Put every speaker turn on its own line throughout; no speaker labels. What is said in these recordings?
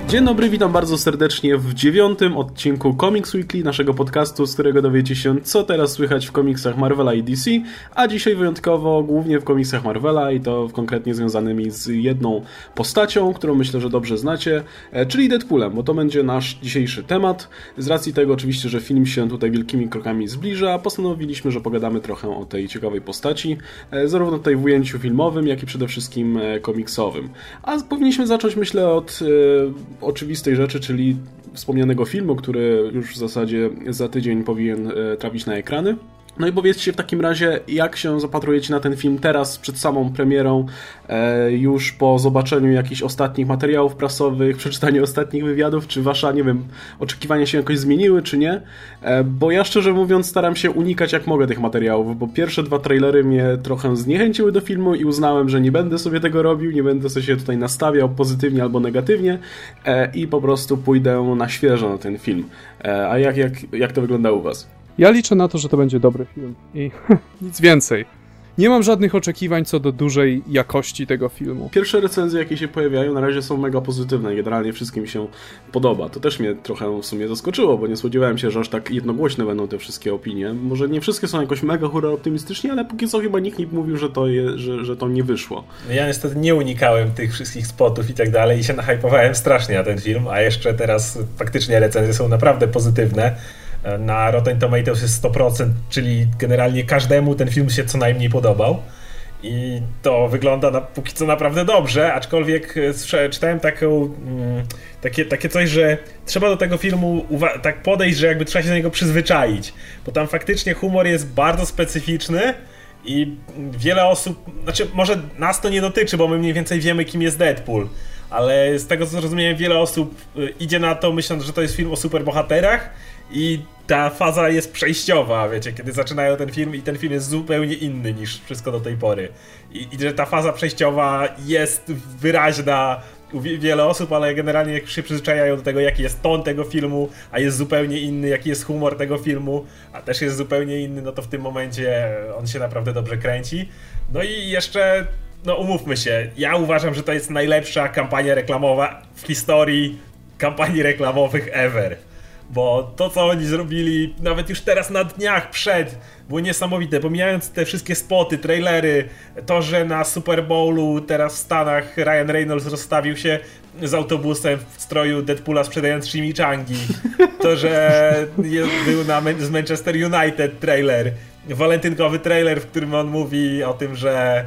Dzień dobry, witam bardzo serdecznie w 9. odcinku Comics Weekly, naszego podcastu, z którego dowiecie się, co teraz słychać w komiksach Marvela i DC, a dzisiaj wyjątkowo głównie w komiksach Marvela i to konkretnie związanymi z jedną postacią, którą myślę, że dobrze znacie, czyli Deadpoolem, bo to będzie nasz dzisiejszy temat. Z racji tego oczywiście, że film się tutaj wielkimi krokami zbliża, postanowiliśmy, że pogadamy trochę o tej ciekawej postaci, zarówno tutaj w ujęciu filmowym, jak i przede wszystkim komiksowym. A powinniśmy zacząć, myślę, od oczywistej rzeczy, czyli wspomnianego filmu, który już w zasadzie za tydzień powinien trafić na ekrany. No i powiedzcie w takim razie, jak się zapatrujecie na ten film teraz, przed samą premierą, już po zobaczeniu jakichś ostatnich materiałów prasowych, przeczytaniu ostatnich wywiadów, czy wasza, nie wiem, oczekiwania się jakoś zmieniły, czy nie? Bo ja szczerze mówiąc staram się unikać jak mogę tych materiałów, bo pierwsze 2 trailery mnie trochę zniechęciły do filmu i uznałem, że nie będę sobie tego robił, nie będę sobie się tutaj nastawiał pozytywnie albo negatywnie i po prostu pójdę na świeżo na ten film. A jak to wygląda u was?
Ja liczę na to, że to będzie dobry film i nic więcej. Nie mam żadnych oczekiwań co do dużej jakości tego filmu.
Pierwsze recenzje, jakie się pojawiają, na razie są mega pozytywne i generalnie wszystkim się podoba. To też mnie trochę w sumie zaskoczyło, bo nie spodziewałem się, że aż tak jednogłośne będą te wszystkie opinie. Może nie wszystkie są jakoś mega hura optymistycznie, ale póki co chyba nikt nie mówił, że to nie wyszło.
Ja niestety nie unikałem tych wszystkich spotów i tak dalej i się nahypowałem strasznie na ten film, a jeszcze teraz faktycznie recenzje są naprawdę pozytywne. Na Rotten Tomatoes jest 100%, czyli generalnie każdemu ten film się co najmniej podobał i to wygląda póki co naprawdę dobrze, aczkolwiek czytałem takie coś, że trzeba do tego filmu tak podejść, że jakby trzeba się do niego przyzwyczaić, bo tam faktycznie humor jest bardzo specyficzny i wiele osób, znaczy może nas to nie dotyczy, bo my mniej więcej wiemy, kim jest Deadpool, ale z tego co zrozumiałem, wiele osób idzie na to myśląc, że to jest film o superbohaterach i ta faza jest przejściowa, wiecie, kiedy zaczynają ten film i ten film jest zupełnie inny niż wszystko do tej pory. I że ta faza przejściowa jest wyraźna u wiele osób, ale generalnie jak się przyzwyczajają do tego, jaki jest ton tego filmu, a jest zupełnie inny, jaki jest humor tego filmu, a też jest zupełnie inny, no to w tym momencie on się naprawdę dobrze kręci. No i jeszcze, no umówmy się, ja uważam, że to jest najlepsza kampania reklamowa w historii kampanii reklamowych ever. Bo to, co oni zrobili, nawet już teraz na dniach przed, było niesamowite. Pomijając te wszystkie spoty, trailery, to, że na Super Bowlu teraz w Stanach Ryan Reynolds rozstawił się z autobusem w stroju Deadpoola sprzedając chimichangi, to, że był z Manchester United trailer, walentynkowy trailer, w którym on mówi o tym, że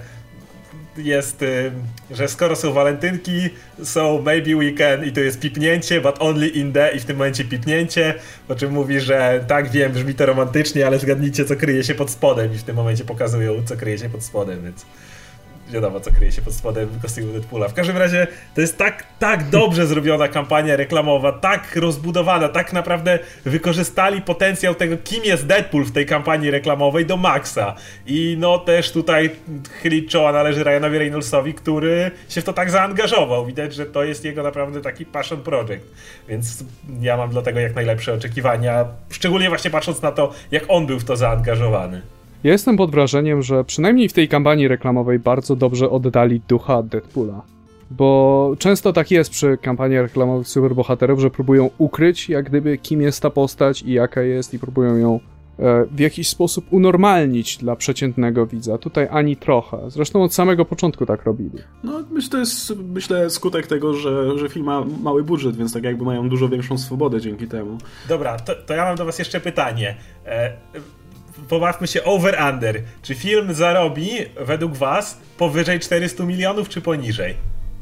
skoro są walentynki, so maybe we can, i to jest pipnięcie, but only in the, i w tym momencie pipnięcie, po czym mówi, że tak, wiem, brzmi to romantycznie, ale zgadnijcie, co kryje się pod spodem, i w tym momencie pokazują, co kryje się pod spodem, więc wiadomo, co kryje się pod spodem kostiumu Deadpoola. W każdym razie to jest tak dobrze zrobiona kampania reklamowa, tak rozbudowana, tak naprawdę wykorzystali potencjał tego, kim jest Deadpool w tej kampanii reklamowej do maksa. I no też tutaj chylić czoła należy Ryanowi Reynoldsowi, który się w to tak zaangażował. Widać, że to jest jego naprawdę taki passion project. Więc ja mam dlatego jak najlepsze oczekiwania, szczególnie właśnie patrząc na to, jak on był w to zaangażowany.
Ja jestem pod wrażeniem, że przynajmniej w tej kampanii reklamowej bardzo dobrze oddali ducha Deadpoola. Bo często tak jest przy kampaniach reklamowych superbohaterów, że próbują ukryć jak gdyby kim jest ta postać i jaka jest i próbują ją w jakiś sposób unormalnić dla przeciętnego widza. Tutaj ani trochę. Zresztą od samego początku tak robili.
No to jest myślę skutek tego, że film ma mały budżet, więc tak jakby mają dużo większą swobodę dzięki temu.
Dobra, to ja mam do was jeszcze pytanie. Pobawmy się over-under. Czy film zarobi, według was, powyżej 400 milionów, czy poniżej?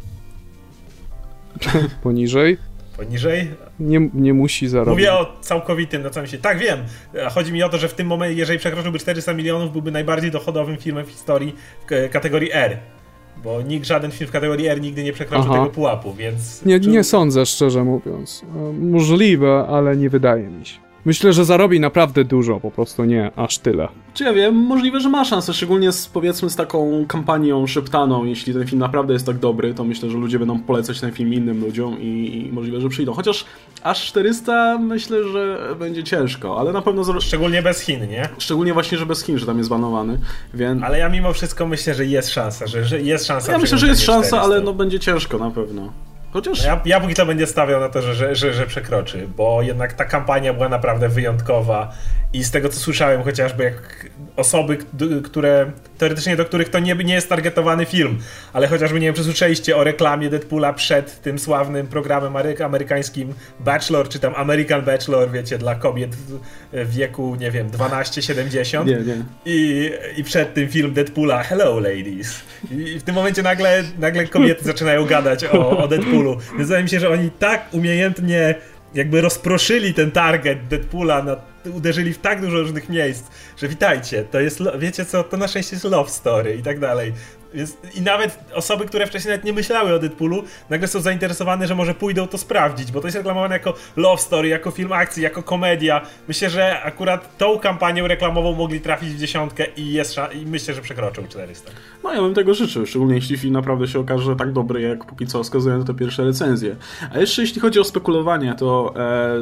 Poniżej?
Poniżej?
Nie musi zarobić.
Mówię o całkowitym, na całym świecie. Tak, wiem. Chodzi mi o to, że w tym momencie, jeżeli przekroczyłby 400 milionów, byłby najbardziej dochodowym filmem w historii w kategorii R. Bo żaden film w kategorii R nigdy nie przekroczył tego pułapu, więc...
Nie sądzę, szczerze mówiąc. Możliwe, ale nie wydaje mi się. Myślę, że zarobi naprawdę dużo, po prostu nie aż tyle.
Czy ja wiem, możliwe, że ma szansę, szczególnie powiedzmy z taką kampanią szeptaną. Jeśli ten film naprawdę jest tak dobry, to myślę, że ludzie będą polecać ten film innym ludziom i możliwe, że przyjdą. Chociaż aż 400 myślę, że będzie ciężko, ale na pewno...
Szczególnie bez Chin, nie?
Szczególnie właśnie, że bez Chin, że tam jest banowany, więc...
Ale ja mimo wszystko myślę, że jest szansa, że jest szansa.
Ja myślę, że jest szansa, ale no będzie ciężko na pewno. Chociaż...
Ja póki to będę stawiał na to, że przekroczy, bo jednak ta kampania była naprawdę wyjątkowa i z tego co słyszałem, chociażby jak osoby, które teoretycznie do których to nie jest targetowany film, ale chociażby, nie wiem, czy słyszeliście o reklamie Deadpoola przed tym sławnym programem amerykańskim Bachelor, czy tam American Bachelor, wiecie, dla kobiet w wieku, nie wiem, 12-70.
Nie.
I przed tym film Deadpoola Hello Ladies. I w tym momencie nagle kobiety zaczynają gadać o Deadpoolu. Wydaje mi się, że oni tak umiejętnie jakby rozproszyli ten target Deadpoola, uderzyli w tak dużo różnych miejsc, że witajcie, to jest, wiecie co, to na szczęście jest love story i tak dalej. Więc, i nawet osoby, które wcześniej nawet nie myślały o Deadpoolu, nagle są zainteresowane, że może pójdą to sprawdzić, bo to jest reklamowane jako love story, jako film akcji, jako komedia. Myślę, że akurat tą kampanią reklamową mogli trafić w 10 i myślę, że przekroczą 400.
No ja bym tego życzył, szczególnie jeśli film naprawdę się okaże tak dobry, jak póki co wskazują te pierwsze recenzje. A jeszcze jeśli chodzi o spekulowanie, to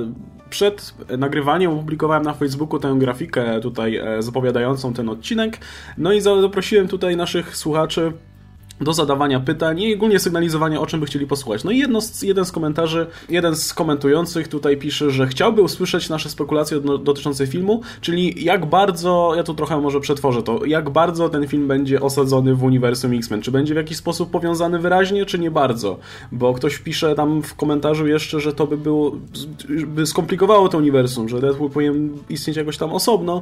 przed nagrywaniem opublikowałem na Facebooku tę grafikę tutaj zapowiadającą ten odcinek, no i zaprosiłem tutaj naszych słuchaczy do zadawania pytań i ogólnie sygnalizowania, o czym by chcieli posłuchać. No i jeden z komentarzy, jeden z komentujących tutaj pisze, że chciałby usłyszeć nasze spekulacje dotyczące filmu, czyli jak bardzo, ja tu trochę może przetworzę to, jak bardzo ten film będzie osadzony w uniwersum X-Men. Czy będzie w jakiś sposób powiązany wyraźnie, czy nie bardzo? Bo ktoś pisze tam w komentarzu jeszcze, że to by skomplikowało to uniwersum, że Deadpool powinien istnieć jakoś tam osobno.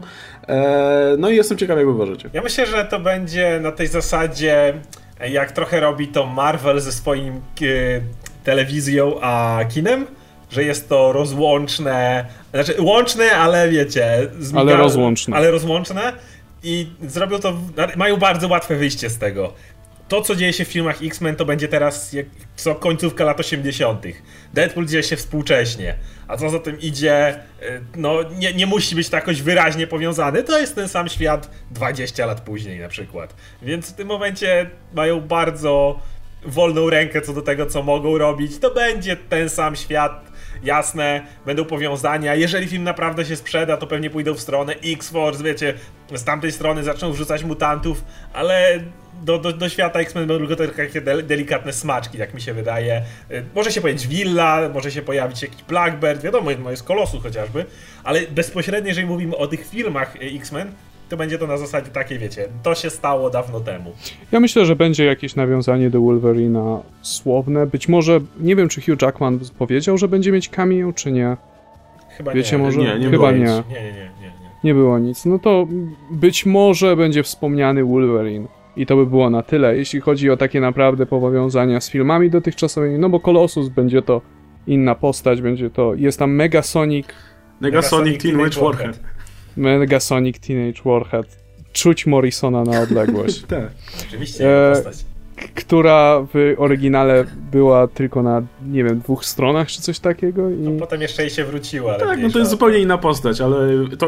No i jestem ciekaw, jak uważacie.
Ja myślę, że to będzie na tej zasadzie, jak trochę robi to Marvel ze swoim telewizją a kinem, że jest to rozłączne, znaczy łączne, ale wiecie, ale rozłączne i zrobią to, mają bardzo łatwe wyjście z tego. To, co dzieje się w filmach X-Men, to będzie teraz co końcówka lat 80. Deadpool dzieje się współcześnie, a co za tym idzie, no nie musi być to jakoś wyraźnie powiązany, to jest ten sam świat 20 lat później na przykład. Więc w tym momencie mają bardzo wolną rękę co do tego, co mogą robić. To będzie ten sam świat, jasne, będą powiązania. Jeżeli film naprawdę się sprzeda, to pewnie pójdą w stronę X-Force, wiecie, z tamtej strony zaczną wrzucać mutantów, ale do świata X-Men będą tylko takie delikatne smaczki, jak mi się wydaje. Może się pojawić Willa, może się pojawić jakiś Blackbird, wiadomo, jest Kolosus chociażby, ale bezpośrednio, jeżeli mówimy o tych filmach X-Men, to będzie to na zasadzie takiej, wiecie, to się stało dawno temu.
Ja myślę, że będzie jakieś nawiązanie do Wolverina słowne. Być może, nie wiem, czy Hugh Jackman powiedział, że będzie mieć cameo, czy nie.
Chyba
wiecie,
nie.
Może?
Nie
Chyba
było
nie.
nic.
Nie było nic. No to być może będzie wspomniany Wolverine. I to by było na tyle, jeśli chodzi o takie naprawdę powiązania z filmami dotychczasowymi, no bo Colossus będzie to inna postać, jest tam Megasonic
Teenage Warhead.
Megasonic Teenage Warhead. Czuć Morrisona na odległość.
Tak.
Oczywiście postać.
Która w oryginale była tylko na, nie wiem, 2 stronach czy coś takiego.
No potem jeszcze jej się wróciło, ale
tak, no to jest zupełnie inna postać, ale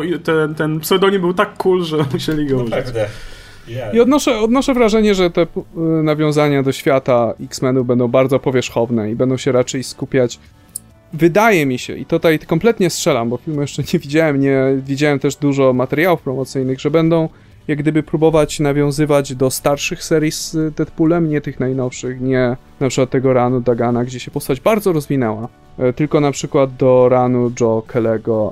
ten pseudonim był tak cool, że musieli go użyć.
Naprawdę.
Yeah. I odnoszę wrażenie, że te nawiązania do świata X-Menów będą bardzo powierzchowne i będą się raczej skupiać. Wydaje mi się, i tutaj kompletnie strzelam, bo filmu jeszcze nie widziałem też dużo materiałów promocyjnych, że będą jak gdyby próbować nawiązywać do starszych serii z Deadpoolem, nie tych najnowszych, nie na przykład tego runu Dagana, gdzie się postać bardzo rozwinęła, tylko na przykład do runu Joe Kelly'ego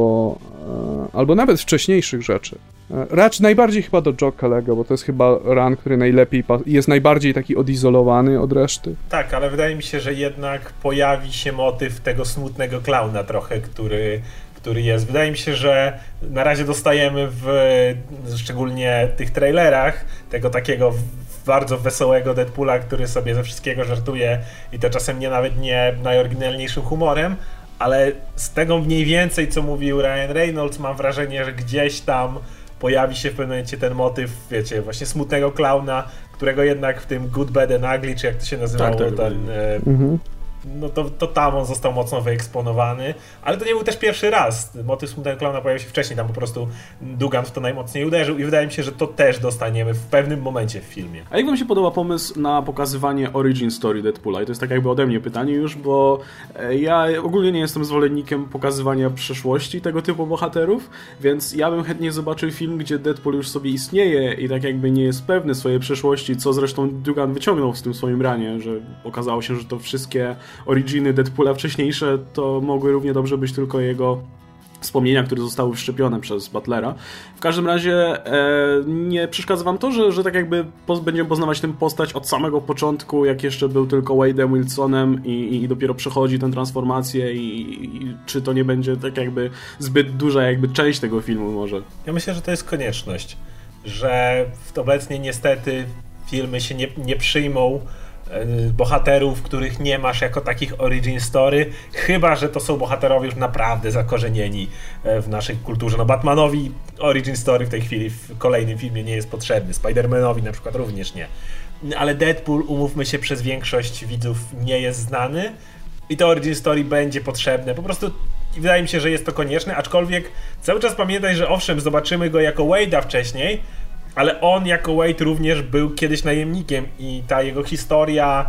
albo nawet wcześniejszych rzeczy. Raczej najbardziej chyba do Joe Kelly'ego, bo to jest chyba run, który jest najbardziej taki odizolowany od reszty.
Tak, ale wydaje mi się, że jednak pojawi się motyw tego smutnego klauna trochę, który jest. Wydaje mi się, że na razie dostajemy szczególnie tych trailerach tego takiego bardzo wesołego Deadpoola, który sobie ze wszystkiego żartuje i to czasem nawet nie najoryginalniejszym humorem, ale z tego mniej więcej, co mówił Ryan Reynolds, mam wrażenie, że gdzieś tam pojawi się w pewnym momencie ten motyw, wiecie, właśnie smutnego klauna, którego jednak w tym Good, Bad and Ugly, czy jak to się nazywało, no to tam on został mocno wyeksponowany, ale to nie był też pierwszy raz. Motyw Smutnego Klauna pojawił się wcześniej, tam po prostu Dugan w to najmocniej uderzył i wydaje mi się, że to też dostaniemy w pewnym momencie w filmie.
A jak wam się podoba pomysł na pokazywanie origin story Deadpoola? I to jest tak jakby ode mnie pytanie już, bo ja ogólnie nie jestem zwolennikiem pokazywania przeszłości tego typu bohaterów, więc ja bym chętnie zobaczył film, gdzie Deadpool już sobie istnieje i tak jakby nie jest pewny swojej przeszłości, co zresztą Dugan wyciągnął w tym swoim ranie, że okazało się, że to wszystkie originy Deadpoola wcześniejsze to mogły równie dobrze być tylko jego wspomnienia, które zostały wszczepione przez Butlera. W każdym razie nie przeszkadza wam to, że tak jakby będziemy poznawać tę postać od samego początku, jak jeszcze był tylko Wade'em Wilsonem i dopiero przechodzi tę transformację i czy to nie będzie tak jakby zbyt duża jakby część tego filmu może?
Ja myślę, że to jest konieczność, że obecnie niestety filmy się nie przyjmą bohaterów, których nie masz jako takich origin story, chyba że to są bohaterowie już naprawdę zakorzenieni w naszej kulturze. No Batmanowi origin story w tej chwili w kolejnym filmie nie jest potrzebny, Spider-Manowi na przykład również nie. Ale Deadpool, umówmy się, przez większość widzów nie jest znany i to origin story będzie potrzebne. Po prostu wydaje mi się, że jest to konieczne, aczkolwiek cały czas pamiętaj, że owszem, zobaczymy go jako Wade'a wcześniej, ale on jako Wade również był kiedyś najemnikiem i ta jego historia,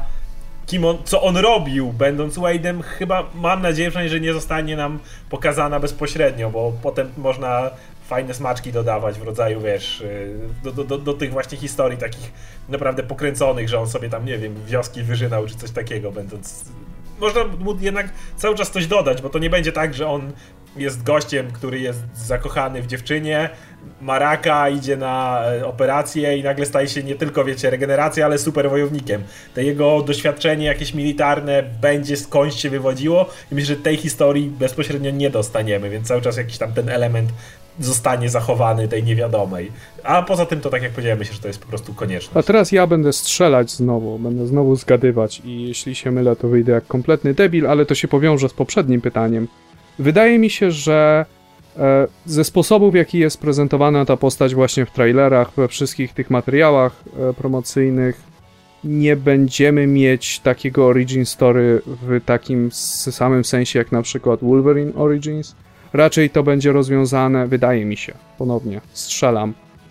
co on robił będąc Wade'em, chyba mam nadzieję, że nie zostanie nam pokazana bezpośrednio, bo potem można fajne smaczki dodawać w rodzaju, wiesz, do tych właśnie historii takich naprawdę pokręconych, że on sobie tam, nie wiem, wioski wyżynał czy coś takiego, będąc... Można mu jednak cały czas coś dodać, bo to nie będzie tak, że on jest gościem, który jest zakochany w dziewczynie, ma raka, idzie na operację i nagle staje się nie tylko, wiecie, regeneracją, ale super wojownikiem. To jego doświadczenie jakieś militarne będzie skądś się wywodziło i myślę, że tej historii bezpośrednio nie dostaniemy, więc cały czas jakiś tam ten element zostanie zachowany, tej niewiadomej. A poza tym to, tak jak powiedziałem, myślę, że to jest po prostu konieczność.
A teraz ja będę strzelać znowu, będę znowu zgadywać i jeśli się mylę, to wyjdę jak kompletny debil, ale to się powiąże z poprzednim pytaniem. Wydaje mi się, że ze sposobów, w jaki jest prezentowana ta postać właśnie w trailerach, we wszystkich tych materiałach promocyjnych, nie będziemy mieć takiego origin story w takim samym sensie jak na przykład Wolverine Origins. Raczej to będzie rozwiązane, wydaje mi się, ponownie, strzelam,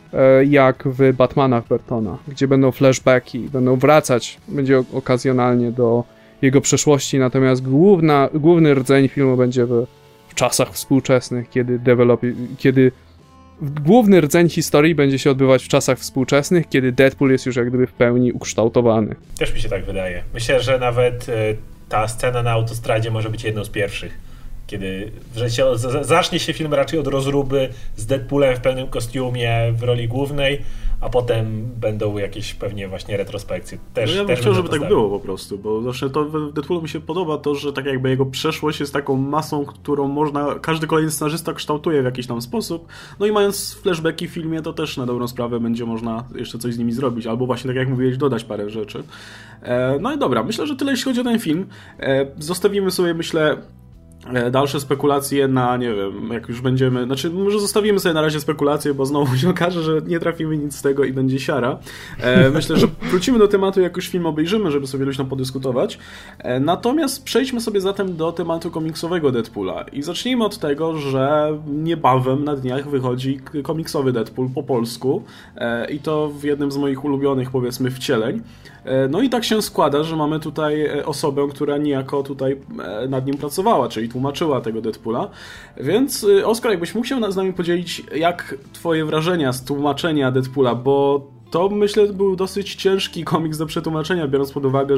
jak w Batmanach Burtona, gdzie będą flashbacki, będą wracać, będzie okazjonalnie do jego przeszłości, natomiast główny rdzeń filmu będzie w czasach współczesnych, kiedy główny rdzeń historii będzie się odbywać w czasach współczesnych, kiedy Deadpool jest już jak gdyby w pełni ukształtowany.
Też mi się tak wydaje. Myślę, że nawet ta scena na autostradzie może być jedną z pierwszych, kiedy zacznie się film raczej od rozruby z Deadpoolem w pełnym kostiumie w roli głównej, a potem będą jakieś pewnie właśnie retrospekcje.
Ja bym chciał, żeby tak było po prostu, bo zawsze to w Deadpoolu mi się podoba to, że tak jakby jego przeszłość jest taką masą, którą każdy kolejny scenarzysta kształtuje w jakiś tam sposób, no i mając flashbacki w filmie, to też na dobrą sprawę będzie można jeszcze coś z nimi zrobić, albo właśnie tak jak mówiłeś, dodać parę rzeczy. No i dobra, myślę, że tyle jeśli chodzi o ten film. Zostawimy sobie, myślę, dalsze spekulacje na, nie wiem, jak już będziemy... Znaczy, może zostawimy sobie na razie spekulacje, bo znowu się okaże, że nie trafimy nic z tego i będzie siara. Myślę, że wrócimy do tematu, jak już film obejrzymy, żeby sobie luźno podyskutować. Natomiast przejdźmy sobie zatem do tematu komiksowego Deadpoola. I zacznijmy od tego, że niebawem na dniach wychodzi komiksowy Deadpool po polsku. I to w jednym z moich ulubionych, powiedzmy, wcieleń. No i tak się składa, że mamy tutaj osobę, która niejako tutaj nad nim pracowała, czyli tłumaczyła tego Deadpoola. Więc Oskar, jakbyś mógł się z nami podzielić, jak twoje wrażenia z tłumaczenia Deadpoola, bo to myślę był dosyć ciężki komiks do przetłumaczenia, biorąc pod uwagę,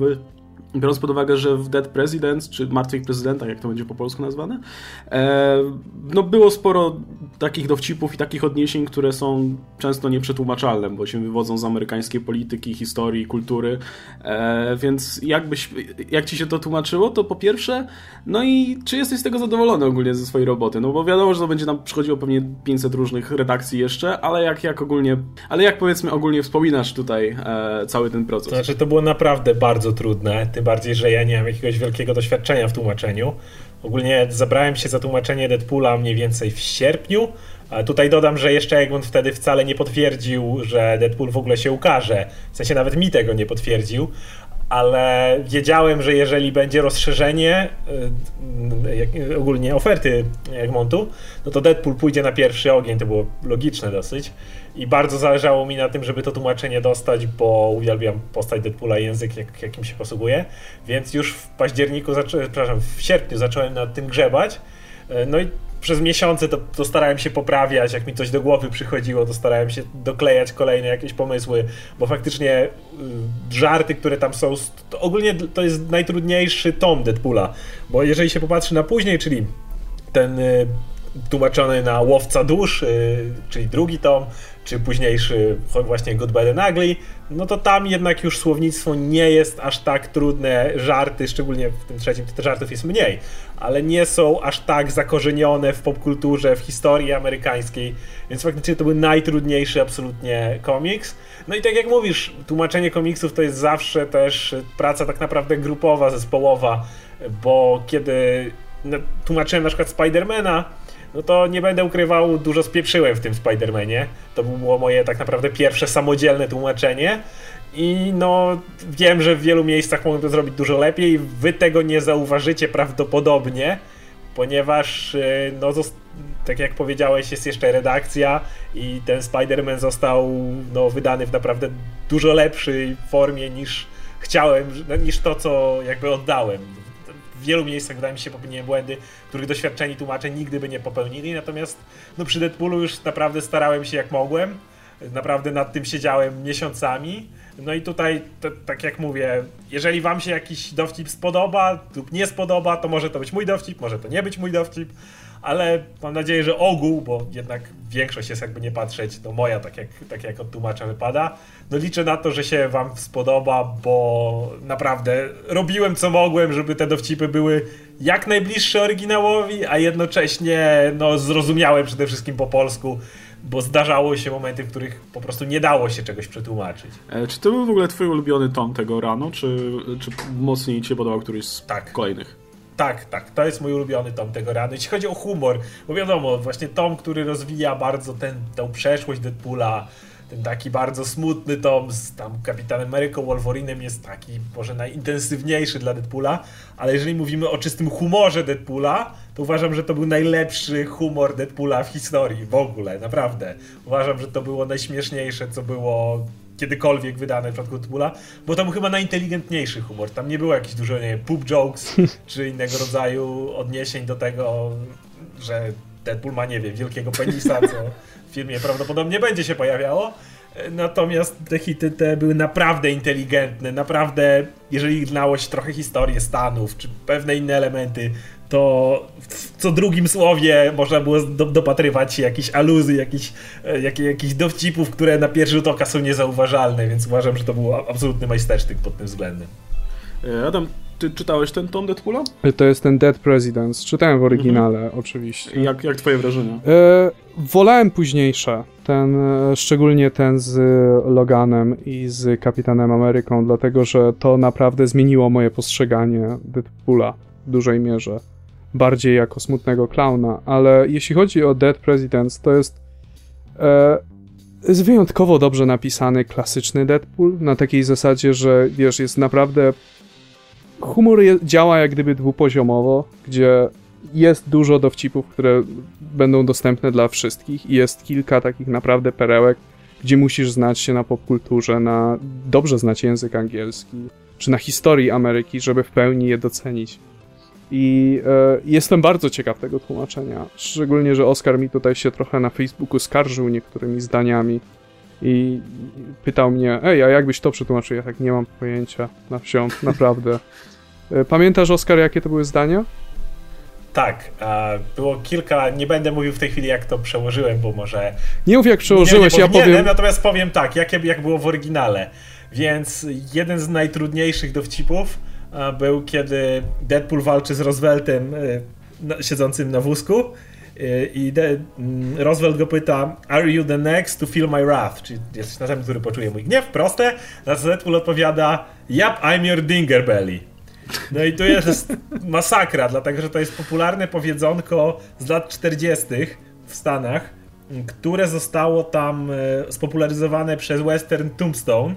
że w Dead Presidents, czy Martwych Prezydentach, jak to będzie po polsku nazwane, no było sporo takich dowcipów i takich odniesień, które są często nieprzetłumaczalne, bo się wywodzą z amerykańskiej polityki, historii, kultury, więc jak ci się to tłumaczyło, to po pierwsze, no i czy jesteś z tego zadowolony ogólnie ze swojej roboty? No bo wiadomo, że to będzie nam przychodziło pewnie 500 różnych redakcji jeszcze, ale jak powiedzmy ogólnie wspominasz tutaj cały ten proces?
To znaczy, to było naprawdę bardzo trudne, tym bardziej, że ja nie mam jakiegoś wielkiego doświadczenia w tłumaczeniu. Ogólnie zabrałem się za tłumaczenie Deadpoola mniej więcej w sierpniu. A tutaj dodam, że jeszcze Egmont wtedy wcale nie potwierdził, że Deadpool w ogóle się ukaże. W sensie nawet mi tego nie potwierdził. ale wiedziałem, że jeżeli będzie rozszerzenie ogólnie oferty Egmontu, no to Deadpool pójdzie na pierwszy ogień, to było logiczne dosyć i bardzo zależało mi na tym, żeby to tłumaczenie dostać, bo uwielbiam postać Deadpoola i język, jakim się posługuje, więc już w w sierpniu zacząłem nad tym grzebać, no i przez miesiące to starałem się poprawiać, jak mi coś do głowy przychodziło, to starałem się doklejać kolejne jakieś pomysły, bo faktycznie żarty, które tam są, to ogólnie to jest najtrudniejszy tom Deadpoola, bo jeżeli się popatrzy na później, czyli ten tłumaczony na Łowca Dusz, czyli drugi tom, czy późniejszy właśnie Good, Bad and Ugly, no to tam jednak już słownictwo nie jest aż tak trudne, żarty, szczególnie w tym trzecim, tych żartów jest mniej, ale nie są aż tak zakorzenione w popkulturze, w historii amerykańskiej, więc faktycznie to był najtrudniejszy absolutnie komiks. No i tak jak mówisz, tłumaczenie komiksów to jest zawsze też praca tak naprawdę grupowa, zespołowa, bo kiedy tłumaczyłem na przykład Spidermana, no to nie będę ukrywał, dużo spieprzyłem w tym Spider-Manie. To było moje tak naprawdę pierwsze samodzielne tłumaczenie i no wiem, że w wielu miejscach mogłem to zrobić dużo lepiej. Wy tego nie zauważycie prawdopodobnie, ponieważ no tak jak powiedziałeś, jest jeszcze redakcja i ten Spider-Man został wydany w naprawdę dużo lepszej formie niż chciałem, niż to, co jakby oddałem. W wielu miejscach, wydaje mi się, popełniłem błędy, których doświadczeni tłumacze nigdy by nie popełnili, natomiast przy Deadpoolu już naprawdę starałem się jak mogłem, naprawdę nad tym siedziałem miesiącami, no i tutaj, tak jak mówię, jeżeli wam się jakiś dowcip spodoba lub nie spodoba, to może to być mój dowcip, może to nie być mój dowcip, ale mam nadzieję, że ogół, bo jednak większość jest, jakby nie patrzeć, to moja, tak jak od tłumacza wypada. No liczę na to, że się wam spodoba, bo naprawdę robiłem co mogłem, żeby te dowcipy były jak najbliższe oryginałowi, a jednocześnie zrozumiałe przede wszystkim po polsku, bo zdarzało się momenty, w których po prostu nie dało się czegoś przetłumaczyć.
Czy to był w ogóle twój ulubiony tom tego rano, czy mocniej ci się podobał któryś z kolejnych?
Tak, to jest mój ulubiony tom tego rano. Jeśli chodzi o humor, bo wiadomo, właśnie tom, który rozwija bardzo tę przeszłość Deadpoola, ten taki bardzo smutny tom z tam Kapitanem Ameryką, Wolverinem jest taki może najintensywniejszy dla Deadpoola, ale jeżeli mówimy o czystym humorze Deadpoola, to uważam, że to był najlepszy humor Deadpoola w historii w ogóle, naprawdę. Uważam, że to było najśmieszniejsze, co było kiedykolwiek wydane w przypadku Deadpoola, bo tam był chyba najinteligentniejszy humor. Tam nie było jakichś dużo, poop jokes, czy innego rodzaju odniesień do tego, że Deadpool ma, wielkiego penisa, co w filmie prawdopodobnie będzie się pojawiało. Natomiast te hity były naprawdę inteligentne, naprawdę, jeżeli znało się trochę historię Stanów, czy pewne inne elementy, to w co drugim słowie można było dopatrywać się jakichś aluzji, jakichś dowcipów, które na pierwszy rzut oka są niezauważalne, więc uważam, że to był absolutny majstersztyk pod tym względem.
Adam, ty czytałeś ten tom Deadpoola?
To jest ten Dead Presidents. Czytałem w oryginale, oczywiście.
Jak twoje wrażenia?
Wolałem późniejsze. Szczególnie ten z Loganem i z Kapitanem Ameryką, dlatego że to naprawdę zmieniło moje postrzeganie Deadpoola w dużej mierze. Bardziej jako smutnego klauna, ale jeśli chodzi o Dead Presidents, to jest wyjątkowo dobrze napisany, klasyczny Deadpool, na takiej zasadzie, że jest naprawdę humor działa jak gdyby dwupoziomowo, gdzie jest dużo dowcipów, które będą dostępne dla wszystkich i jest kilka takich naprawdę perełek, gdzie musisz znać się na popkulturze, dobrze znać język angielski, czy na historii Ameryki, żeby w pełni je docenić. I jestem bardzo ciekaw tego tłumaczenia, szczególnie, że Oskar mi tutaj się trochę na Facebooku skarżył niektórymi zdaniami i pytał mnie, a jakbyś to przetłumaczył? Ja tak nie mam pojęcia na wsią, naprawdę. Pamiętasz, Oskar, jakie to były zdania?
Tak, było kilka, nie będę mówił w tej chwili, jak to przełożyłem, bo może...
Nie mów, jak przełożyłeś, ja powiem...
Natomiast powiem tak, jak było w oryginale. Więc jeden z najtrudniejszych dowcipów był, kiedy Deadpool walczy z Rooseveltem siedzącym na wózku i Roosevelt go pyta: "Are you the next to feel my wrath?" Czyli jesteś następny, który poczuje mój gniew, proste. Na co Deadpool odpowiada: "Yep, I'm your dingerbelly." No i tu jest masakra, dlatego że to jest popularne powiedzonko z lat 40. w Stanach, które zostało tam spopularyzowane przez western Tombstone.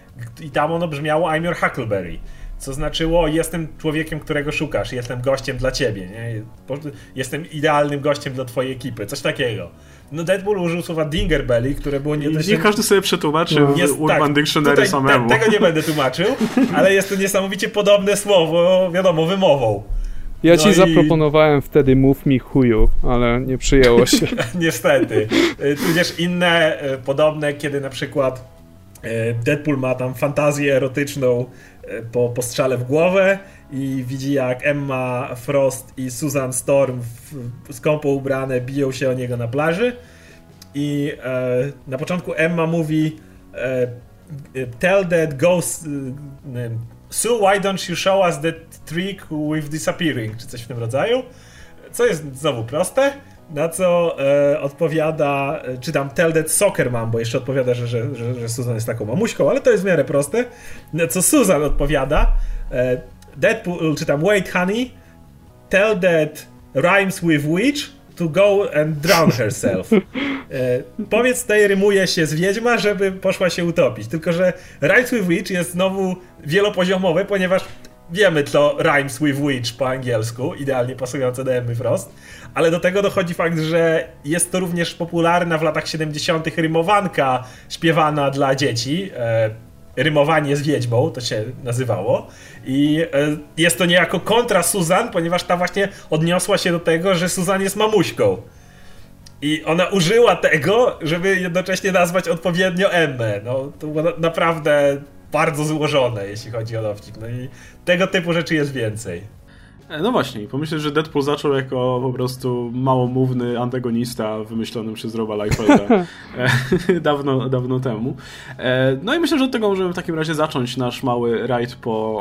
I tam ono brzmiało I'm your Huckleberry, co znaczyło jestem człowiekiem, którego szukasz, jestem gościem dla ciebie, nie? Jestem idealnym gościem dla twojej ekipy, coś takiego. No Deadpool użył słowa Dingerbelly, które było
nie każdy sobie przetłumaczy w Urban Dictionary samemu.
Tego nie będę tłumaczył, ale jest to niesamowicie podobne słowo, wiadomo, wymową.
Ja ci zaproponowałem wtedy mów mi chuju, ale nie przyjęło się.
Niestety. Tudzież inne podobne, kiedy na przykład Deadpool ma tam fantazję erotyczną po strzale w głowę i widzi jak Emma Frost i Susan Storm skąpo ubrane biją się o niego na plaży i na początku Emma mówi tell that ghost Sue, why don't you show us that trick with disappearing, czy coś w tym rodzaju, co jest znowu proste, na co odpowiada, czy tam tell that soccer mom, bo jeszcze odpowiada, że Susan jest taką mamuśką, ale to jest w miarę proste, na co Susan odpowiada Deadpool, czy tam wait honey, tell that rhymes with witch to go and drown herself. Powiedz tej rymuje się z wiedźma, żeby poszła się utopić. Tylko że rhymes with witch jest znowu wielopoziomowe, ponieważ wiemy to rhymes with witch po angielsku, idealnie pasujące do Emmy Frost, ale do tego dochodzi fakt, że jest to również popularna w latach 70. rymowanka śpiewana dla dzieci. Rymowanie z wiedźmą, to się nazywało. I jest to niejako kontra Susan, ponieważ ta właśnie odniosła się do tego, że Susan jest mamuśką. I ona użyła tego, żeby jednocześnie nazwać odpowiednio Emmę. No, to było naprawdę bardzo złożone, jeśli chodzi o dowcip. No i tego typu rzeczy jest więcej.
No właśnie, pomyślę, że Deadpool zaczął jako po prostu małomówny antagonista wymyślony przez Roba Liefelda dawno temu. No i myślę, że od tego możemy w takim razie zacząć nasz mały rajd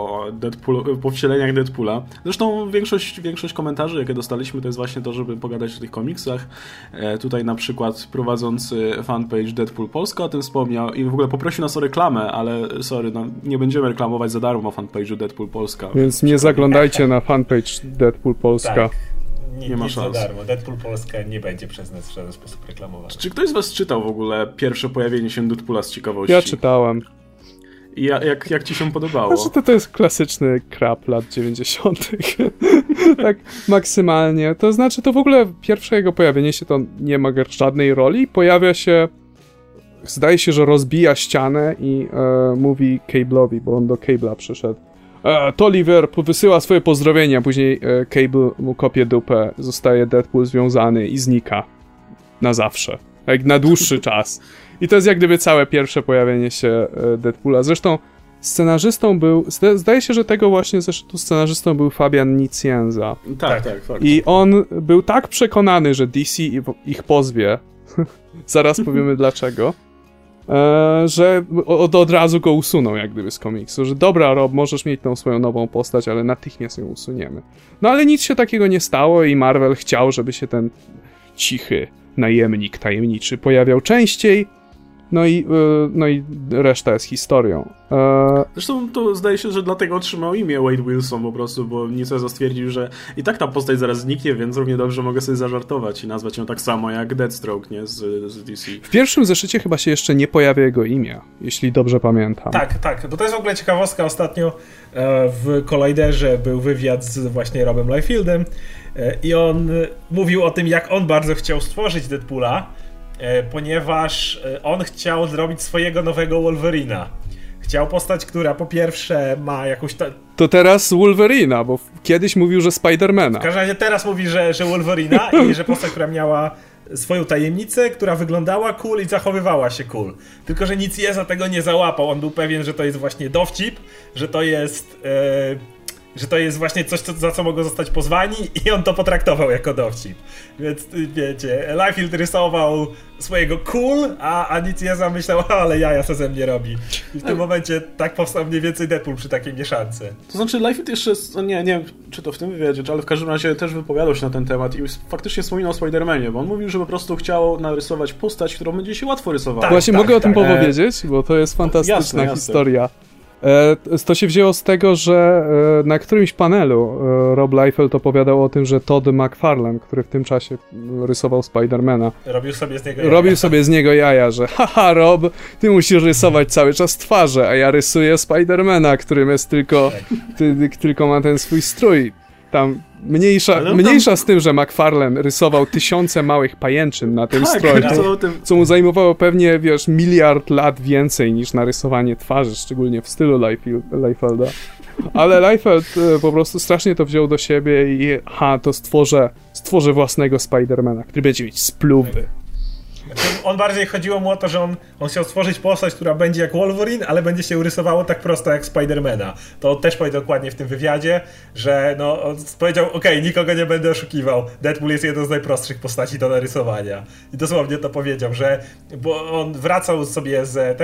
po wcieleniach Deadpoola. Zresztą większość komentarzy, jakie dostaliśmy, to jest właśnie to, żeby pogadać o tych komiksach. Tutaj na przykład prowadzący fanpage Deadpool Polska o tym wspomniał i w ogóle poprosił nas o reklamę, ale sorry, no, nie będziemy reklamować za darmo fanpage'u Deadpool Polska.
Więc nie zaglądajcie na fanpage Deadpool Polska.
Tak.
Nie ma szans.
Za darmo. Deadpool Polska nie będzie przez nas w żaden sposób reklamowany.
Czy ktoś z was czytał w ogóle pierwsze pojawienie się Deadpoola z ciekawości?
Ja czytałem.
I jak ci się podobało?
Znaczy to jest klasyczny krap lat 90. Tak maksymalnie. To znaczy to w ogóle pierwsze jego pojawienie się to nie ma żadnej roli. Pojawia się, zdaje się, że rozbija ścianę i mówi Cable'owi, bo on do Cable'a przyszedł. Tolliver wysyła swoje pozdrowienia, później Cable mu kopie dupę, zostaje Deadpool związany i znika. Na zawsze. Jak na dłuższy czas. I to jest jak gdyby całe pierwsze pojawienie się Deadpoola. Zresztą scenarzystą był, zdaje się, że tego właśnie zresztą scenarzystą był Fabian Nicienza.
Tak.
I on był tak przekonany, że DC ich pozwie, zaraz powiemy dlaczego, że od razu go usunął jak gdyby z komiksu, że dobra Rob, możesz mieć tą swoją nową postać, ale natychmiast ją usuniemy. No ale nic się takiego nie stało i Marvel chciał, żeby się ten cichy najemnik tajemniczy pojawiał częściej, no i reszta jest historią.
Zresztą to zdaje się, że dlatego otrzymał imię Wade Wilson po prostu, bo Nicienza stwierdził, że i tak ta postać zaraz zniknie, więc równie dobrze mogę sobie zażartować i nazwać ją tak samo jak Deathstroke, nie? Z DC.
W pierwszym zeszycie chyba się jeszcze nie pojawia jego imię, jeśli dobrze pamiętam.
Tak, bo to jest w ogóle ciekawostka. Ostatnio w Colliderze był wywiad z właśnie Robem Liefeldem i on mówił o tym, jak on bardzo chciał stworzyć Deadpoola, ponieważ on chciał zrobić swojego nowego Wolverina. Chciał postać, która po pierwsze ma jakąś...
To teraz Wolverina, bo kiedyś mówił, że Spidermana.
W każdym razie teraz mówi, że Wolverina i że postać, która miała swoją tajemnicę, która wyglądała cool i zachowywała się cool. Tylko że Nicienza tego nie załapał. On był pewien, że to jest właśnie dowcip, że to jest właśnie coś, za co mogą zostać pozwani i on to potraktował jako dowcip. Więc wiecie, Liefeld rysował swojego cool, a Nicienza myślał, ale jaja se ze mnie robi. I w tym momencie tak powstał mniej więcej Deadpool przy takiej mieszance.
To znaczy Liefeld jeszcze, nie wiem czy to w tym wywiadzie, ale w każdym razie też wypowiadał się na ten temat i faktycznie wspominał o Spider-Manie, bo on mówił, że po prostu chciał narysować postać, którą będzie się łatwo rysować.
Tak, właśnie mogę o tym powiedzieć, bo to jest fantastyczna
jasne.
historia. To się wzięło z tego, że na którymś panelu Rob Liefeld opowiadał o tym, że Todd McFarlane, który w tym czasie rysował Spidermana, robił sobie z niego jaja, że haha Rob, ty musisz rysować cały czas twarze, a ja rysuję Spidermana, którym jest tylko ma ten swój strój. Tam mniejsza z tym, że McFarlane rysował tysiące małych pajęczyn na tym stroju, co mu zajmowało pewnie, wiesz, miliard lat więcej niż narysowanie twarzy, szczególnie w stylu Liefelda. Ale Liefeld po prostu strasznie to wziął do siebie i to stworzę własnego Spidermana, który będzie mieć spluwy.
On bardziej chodziło mu o to, że on chciał stworzyć postać, która będzie jak Wolverine, ale będzie się rysowało tak prosto jak Spidermana. To też powiedział dokładnie w tym wywiadzie, że on powiedział, okej, nikogo nie będę oszukiwał, Deadpool jest jedną z najprostszych postaci do narysowania. I dosłownie to powiedział, że bo on wracał sobie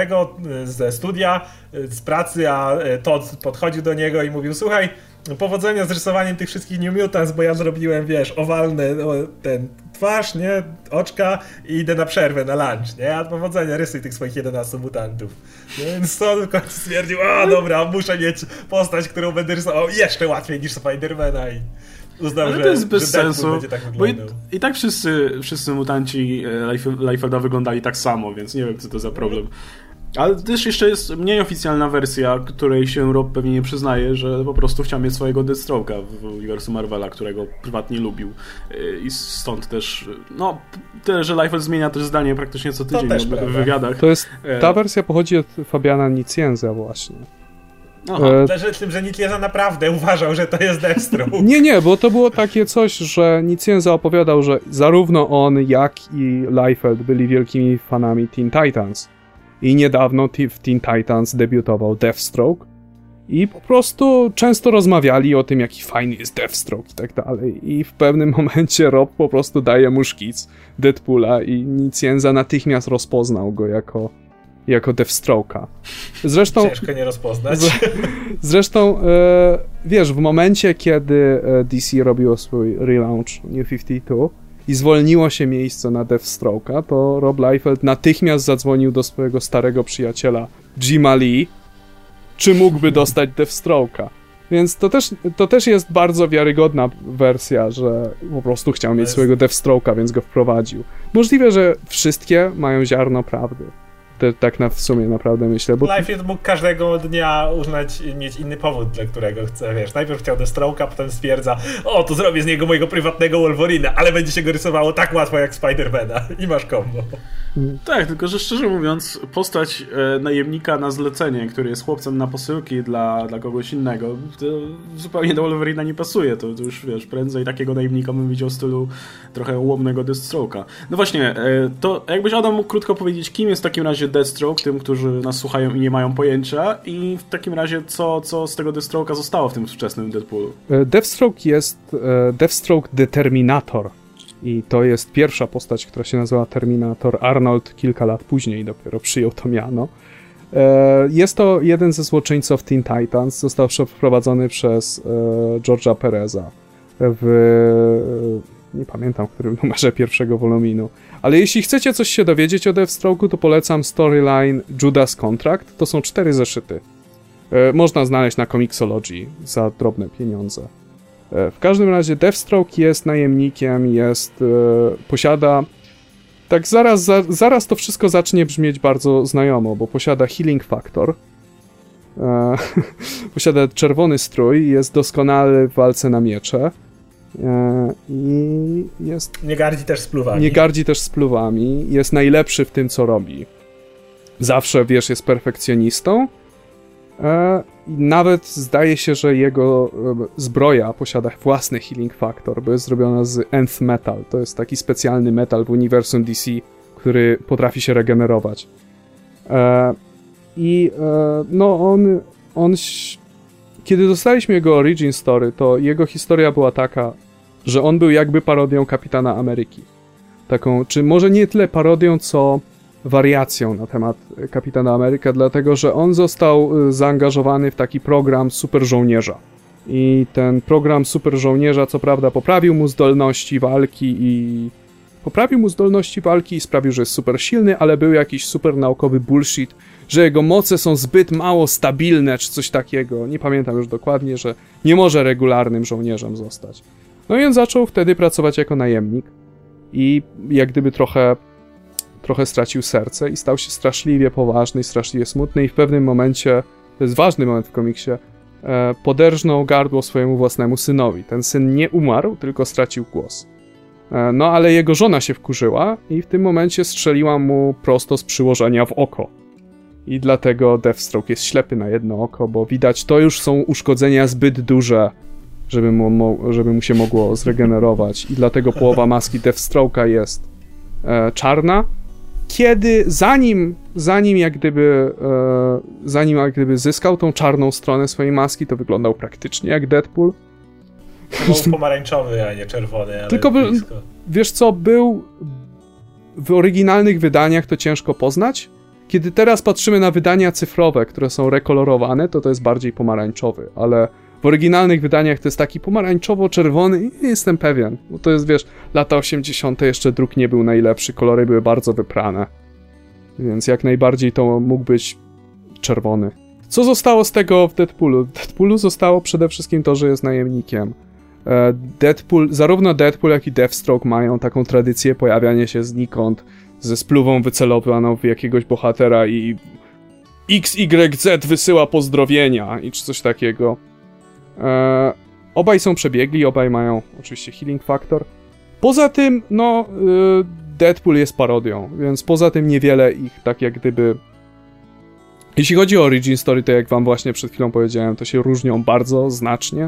ze studia, z pracy, a Todd podchodził do niego i mówił, słuchaj, powodzenia z rysowaniem tych wszystkich New Mutants, bo ja zrobiłem, wiesz, owalny ten twarz, nie, oczka i idę na przerwę, na lunch, nie, a powodzenia, rysuj tych swoich 11 mutantów. No więc to w końcu stwierdził, dobra, muszę mieć postać, którą będę rysował jeszcze łatwiej niż Spidermana i uznał,
ale to jest bez
że
sensu,
będzie tak wyglądał.
Bo i tak wszyscy mutanci Liefelda wyglądali tak samo, więc nie wiem, co to za problem. Ale też jeszcze jest mniej oficjalna wersja, której się Rob pewnie nie przyznaje, że po prostu chciał mieć swojego Deathstroke'a w uniwersum Marvela, którego prywatnie lubił. I stąd też, że Liefeld zmienia też zdanie praktycznie co tydzień w wywiadach.
Ta wersja pochodzi od Fabiana Nicienza właśnie.
Leży w tym, że Nicienza naprawdę uważał, że to jest Deathstroke.
Nie, bo to było takie coś, że Nicienza opowiadał, że zarówno on, jak i Liefeld byli wielkimi fanami Teen Titans. I niedawno w Teen Titans debiutował Deathstroke i po prostu często rozmawiali o tym, jaki fajny jest Deathstroke i tak dalej. I w pewnym momencie Rob po prostu daje mu szkic Deadpoola i Nicienza natychmiast rozpoznał go jako Deathstroke'a. Zresztą
ciężko nie rozpoznać.
Zresztą wiesz, w momencie, kiedy DC robiło swój relaunch New 52 i zwolniło się miejsce na Deathstroke'a, to Rob Liefeld natychmiast zadzwonił do swojego starego przyjaciela Jima Lee, czy mógłby dostać Deathstroke'a. Więc to też jest bardzo wiarygodna wersja, że po prostu chciał mieć swojego Deathstroke'a, więc go wprowadził. Możliwe, że wszystkie mają ziarno prawdy. Tak w sumie naprawdę myślę. Bo
Liefeld mógł każdego dnia mieć inny powód, dla którego chce, wiesz. Najpierw chciał Deathstroke'a, potem stwierdza, to zrobię z niego mojego prywatnego Wolverina, ale będzie się go rysowało tak łatwo jak Spidermana i masz combo.
Tak, tylko że szczerze mówiąc, postać najemnika na zlecenie, który jest chłopcem na posyłki dla kogoś innego, to zupełnie do Wolverina nie pasuje. To już, wiesz, prędzej takiego najemnika bym widział w stylu trochę ułomnego Deathstroke'a. No właśnie, to jakbyś Adam mógł krótko powiedzieć, kim jest w takim razie Deathstroke, tym, którzy nas słuchają i nie mają pojęcia, i w takim razie co z tego Deathstroke'a zostało w tym wczesnym Deadpoolu?
Deathstroke jest Deathstroke Determinator. I to jest pierwsza postać, która się nazywa Terminator. Arnold kilka lat później dopiero przyjął to miano. Jest to jeden ze złoczyńców Teen Titans. Został przeprowadzony przez George'a Pereza nie pamiętam, w którym numerze pierwszego woluminu. Ale jeśli chcecie coś się dowiedzieć o Deathstroke'u, to polecam storyline Judas Contract. To są 4 zeszyty. Można znaleźć na Comixology za drobne pieniądze. W każdym razie Deathstroke jest najemnikiem, posiada... Tak zaraz to wszystko zacznie brzmieć bardzo znajomo, bo posiada Healing Factor, posiada czerwony strój, jest doskonały w walce na miecze i jest...
Nie gardzi też
spluwami, jest najlepszy w tym, co robi. Zawsze, wiesz, jest perfekcjonistą. Nawet zdaje się, że jego zbroja posiada własny healing factor, bo jest zrobiona z nth metal. To jest taki specjalny metal w uniwersum DC, który potrafi się regenerować. Kiedy dostaliśmy jego origin story, to jego historia była taka, że on był jakby parodią Kapitana Ameryki. Taką, czy może nie tyle parodią, co wariacją na temat Kapitana Ameryka, dlatego że on został zaangażowany w taki program super żołnierza. I ten program super żołnierza co prawda poprawił mu zdolności walki i poprawił mu zdolności walki i sprawił, że jest super silny, ale był jakiś super naukowy bullshit, że jego moce są zbyt mało stabilne, czy coś takiego. Nie pamiętam już dokładnie, że nie może regularnym żołnierzem zostać. No i on zaczął wtedy pracować jako najemnik i jak gdyby trochę stracił serce i stał się straszliwie poważny, straszliwie smutny i w pewnym momencie, to jest ważny moment w komiksie, poderżnął gardło swojemu własnemu synowi. Ten syn nie umarł, tylko stracił głos. No ale jego żona się wkurzyła i w tym momencie strzeliła mu prosto z przyłożenia w oko. I dlatego Deathstroke jest ślepy na jedno oko, bo widać, to już są uszkodzenia zbyt duże, żeby mu się mogło zregenerować. I dlatego połowa maski Deathstroke'a jest czarna. Zanim jak gdyby zyskał tą czarną stronę swojej maski, to wyglądał praktycznie jak Deadpool.
Był pomarańczowy, a nie czerwony, ale
tylko wiesz co, był w oryginalnych wydaniach, to ciężko poznać. Kiedy teraz patrzymy na wydania cyfrowe, które są rekolorowane, to jest bardziej pomarańczowy, ale w oryginalnych wydaniach to jest taki pomarańczowo-czerwony i nie jestem pewien, bo to jest, wiesz, lata 80. jeszcze druk nie był najlepszy, kolory były bardzo wyprane, więc jak najbardziej to mógł być czerwony. Co zostało z tego w Deadpoolu? W Deadpoolu zostało przede wszystkim to, że jest najemnikiem. Zarówno Deadpool, jak i Deathstroke mają taką tradycję pojawiania się znikąd, ze spluwą wycelowaną w jakiegoś bohatera i XYZ wysyła pozdrowienia i czy coś takiego. Obaj są przebiegli, obaj mają oczywiście healing factor. Poza tym, Deadpool jest parodią, więc poza tym niewiele ich tak jak gdyby... Jeśli chodzi o origin story, to jak wam właśnie przed chwilą powiedziałem, to się różnią bardzo znacznie.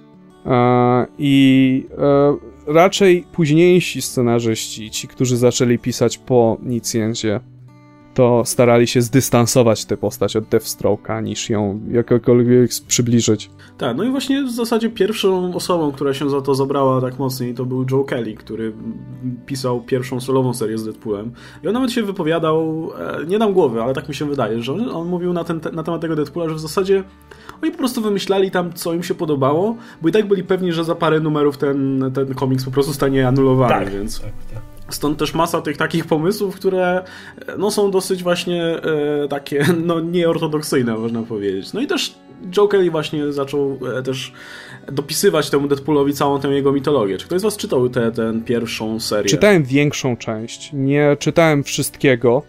Raczej późniejsi scenarzyści, ci, którzy zaczęli pisać po Nicjencie, to starali się zdystansować tę postać od Deathstroke'a, niż ją jakkolwiek przybliżyć.
Tak, no i właśnie w zasadzie pierwszą osobą, która się za to zabrała tak mocniej, to był Joe Kelly, który pisał pierwszą solową serię z Deadpoolem. I on nawet się wypowiadał, nie dam głowy, ale tak mi się wydaje, że on mówił na temat tego Deadpoola, że w zasadzie oni po prostu wymyślali tam, co im się podobało, bo i tak byli pewni, że za parę numerów ten komiks po prostu stanie anulowany,
tak,
więc...
Tak.
Stąd też masa tych takich pomysłów, które są dosyć właśnie takie nieortodoksyjne, można powiedzieć. No i też Joe Kelly właśnie zaczął też dopisywać temu Deadpoolowi całą tę jego mitologię. Czy ktoś z was czytał tę pierwszą serię?
Czytałem większą część, nie czytałem wszystkiego.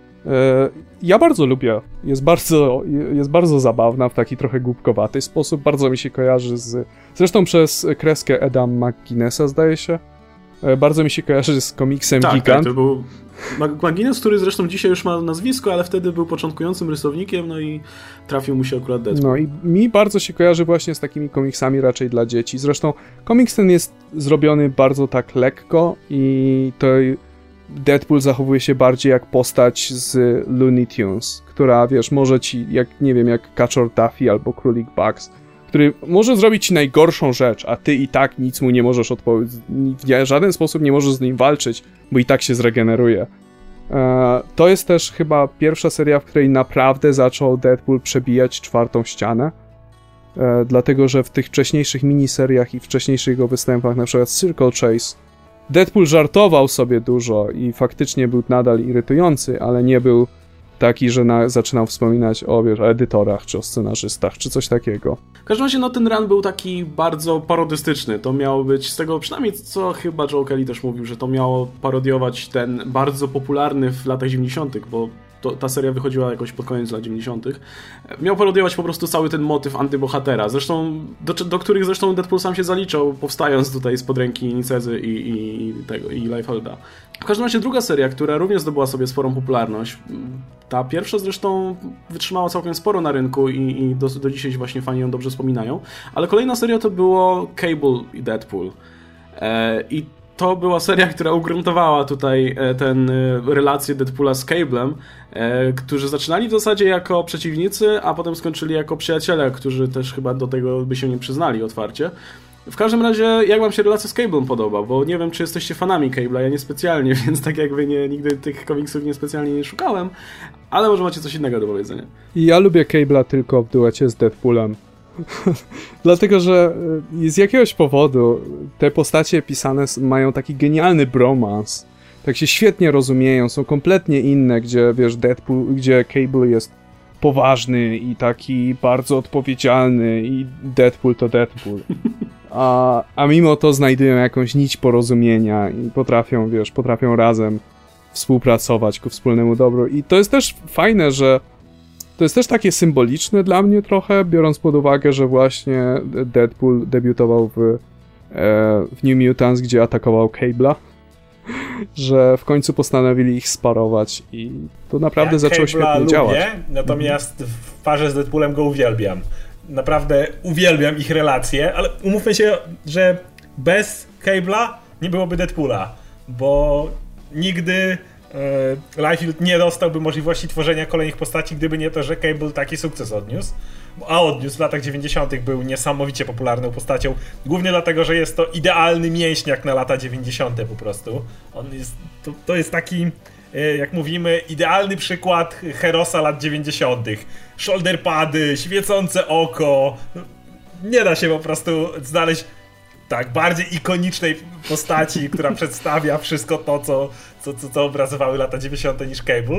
Ja bardzo lubię. Jest bardzo zabawna w taki trochę głupkowaty sposób. Bardzo mi się kojarzy zresztą przez kreskę Eda McGuinnessa, zdaje się. Bardzo mi się kojarzy z komiksem Gigant.
Tak, to był McGuinness, który zresztą dzisiaj już ma nazwisko, ale wtedy był początkującym rysownikiem, no i trafił mu się akurat Deadpool.
No i mi bardzo się kojarzy właśnie z takimi komiksami raczej dla dzieci. Zresztą komiks ten jest zrobiony bardzo tak lekko i to Deadpool zachowuje się bardziej jak postać z Looney Tunes, która, wiesz, może ci, jak Kaczor Daffy albo Królik Bugs, który może zrobić ci najgorszą rzecz, a ty i tak nic mu nie możesz w żaden sposób nie możesz z nim walczyć, bo i tak się zregeneruje. To jest też chyba pierwsza seria, w której naprawdę zaczął Deadpool przebijać czwartą ścianę, dlatego że w tych wcześniejszych miniseriach i wcześniejszych jego występach, na przykład Circle Chase, Deadpool żartował sobie dużo i faktycznie był nadal irytujący, ale nie był taki, że zaczynał wspominać o edytorach, czy o scenarzystach, czy coś takiego.
W każdym razie ten run był taki bardzo parodystyczny. To miało być z tego, przynajmniej co chyba Joe Kelly też mówił, że to miało parodiować ten bardzo popularny w latach 90., bo ta seria wychodziła jakoś pod koniec lat 90. Miał parodiować po prostu cały ten motyw antybohatera. Zresztą, do których zresztą Deadpool sam się zaliczał, powstając tutaj spod ręki Nicezy i Liefelda. W każdym razie druga seria, która również zdobyła sobie sporą popularność. Ta pierwsza zresztą wytrzymała całkiem sporo na rynku i do dzisiaj właśnie fani ją dobrze wspominają. Ale kolejna seria to było Cable i Deadpool. I to była seria, która ugruntowała tutaj relację Deadpoola z Cablem, którzy zaczynali w zasadzie jako przeciwnicy, a potem skończyli jako przyjaciele, którzy też chyba do tego by się nie przyznali otwarcie. W każdym razie, jak wam się relacja z Cablem podoba? Bo nie wiem, czy jesteście fanami Cable'a, ja niespecjalnie, więc tak jakby nigdy tych komiksów niespecjalnie nie szukałem, ale może macie coś innego do powiedzenia.
Ja lubię Cable'a tylko w duecie z Deadpoolem. Dlatego, że z jakiegoś powodu te postacie pisane mają taki genialny bromans. tak się świetnie rozumieją, są kompletnie inne, gdzie wiesz, gdzie Cable jest poważny i taki bardzo odpowiedzialny i Deadpool to Deadpool. A mimo to znajdują jakąś nić porozumienia i potrafią razem współpracować ku wspólnemu dobru. I to jest też fajne, że to jest też takie symboliczne dla mnie trochę, biorąc pod uwagę, że właśnie Deadpool debiutował w New Mutants, gdzie atakował Cable'a, że w końcu postanowili ich sparować i to naprawdę zaczęło świetnie działać.
Natomiast w parze z Deadpoolem go uwielbiam. Naprawdę uwielbiam ich relacje, ale umówmy się, że bez Cable'a nie byłoby Deadpoola, bo nigdy Liefeld nie dostałby możliwości tworzenia kolejnych postaci, gdyby nie to, że Cable taki sukces odniósł. A odniósł w latach 90. był niesamowicie popularną postacią, głównie dlatego, że jest to idealny mięśniak na lata 90. po prostu. To jest taki, jak mówimy, idealny przykład herosa lat 90. Shoulder pady, świecące oko. Nie da się po prostu znaleźć tak bardziej ikonicznej postaci, która przedstawia wszystko to, co obrazowały lata 90. niż Cable.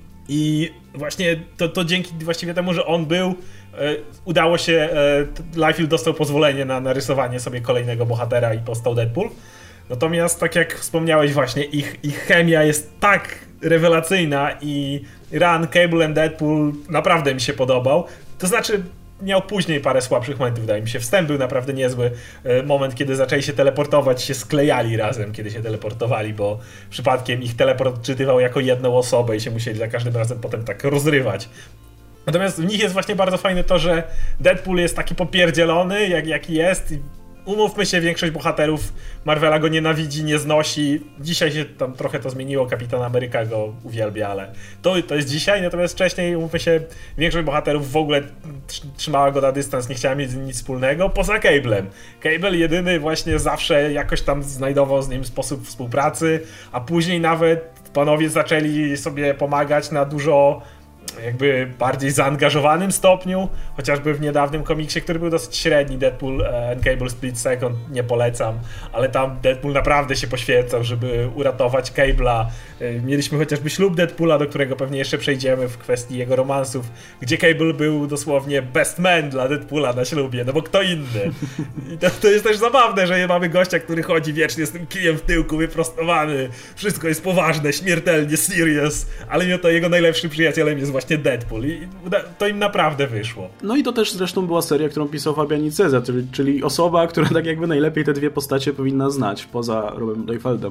I właśnie to dzięki właściwie temu, że on był, udało się, Liefeld dostał pozwolenie na narysowanie sobie kolejnego bohatera i powstał Deadpool. Natomiast tak jak wspomniałeś właśnie, ich chemia jest tak rewelacyjna i run Cable and Deadpool naprawdę mi się podobał. To znaczy miał później parę słabszych momentów, wydaje mi się. Wstęp był naprawdę niezły. Moment, kiedy zaczęli się teleportować, się sklejali razem, kiedy się teleportowali, bo przypadkiem ich teleport czytywał jako jedną osobę i się musieli za każdym razem potem tak rozrywać. Natomiast w nich jest właśnie bardzo fajne to, że Deadpool jest taki popierdzielony, jaki jest. Umówmy się, większość bohaterów Marvela go nienawidzi, nie znosi. Dzisiaj się tam trochę to zmieniło, Kapitan Ameryka go uwielbia, ale to jest dzisiaj, natomiast wcześniej, umówmy się, większość bohaterów w ogóle trzymała go na dystans, nie chciała mieć z nim nic wspólnego, poza Cablem. Cable jedyny właśnie zawsze jakoś tam znajdował z nim sposób współpracy, a później nawet panowie zaczęli sobie pomagać na dużo jakby bardziej zaangażowanym stopniu, chociażby w niedawnym komiksie, który był dosyć średni, Deadpool and Cable Split Second, nie polecam, ale tam Deadpool naprawdę się poświęcał, żeby uratować Cable'a. Mieliśmy chociażby ślub Deadpoola, do którego pewnie jeszcze przejdziemy w kwestii jego romansów, gdzie Cable był dosłownie best man dla Deadpoola na ślubie, no bo kto inny. I to jest też zabawne, że mamy gościa, który chodzi wiecznie z tym kijem w tyłku, wyprostowany, wszystko jest poważne, śmiertelnie serious, ale mimo to jego najlepszym przyjacielem jest właśnie Deadpool i to im naprawdę wyszło.
No i to też zresztą była seria, którą pisał Fabian Nicieza, czyli osoba, która tak jakby najlepiej te dwie postacie powinna znać, poza Robem Liefeldem.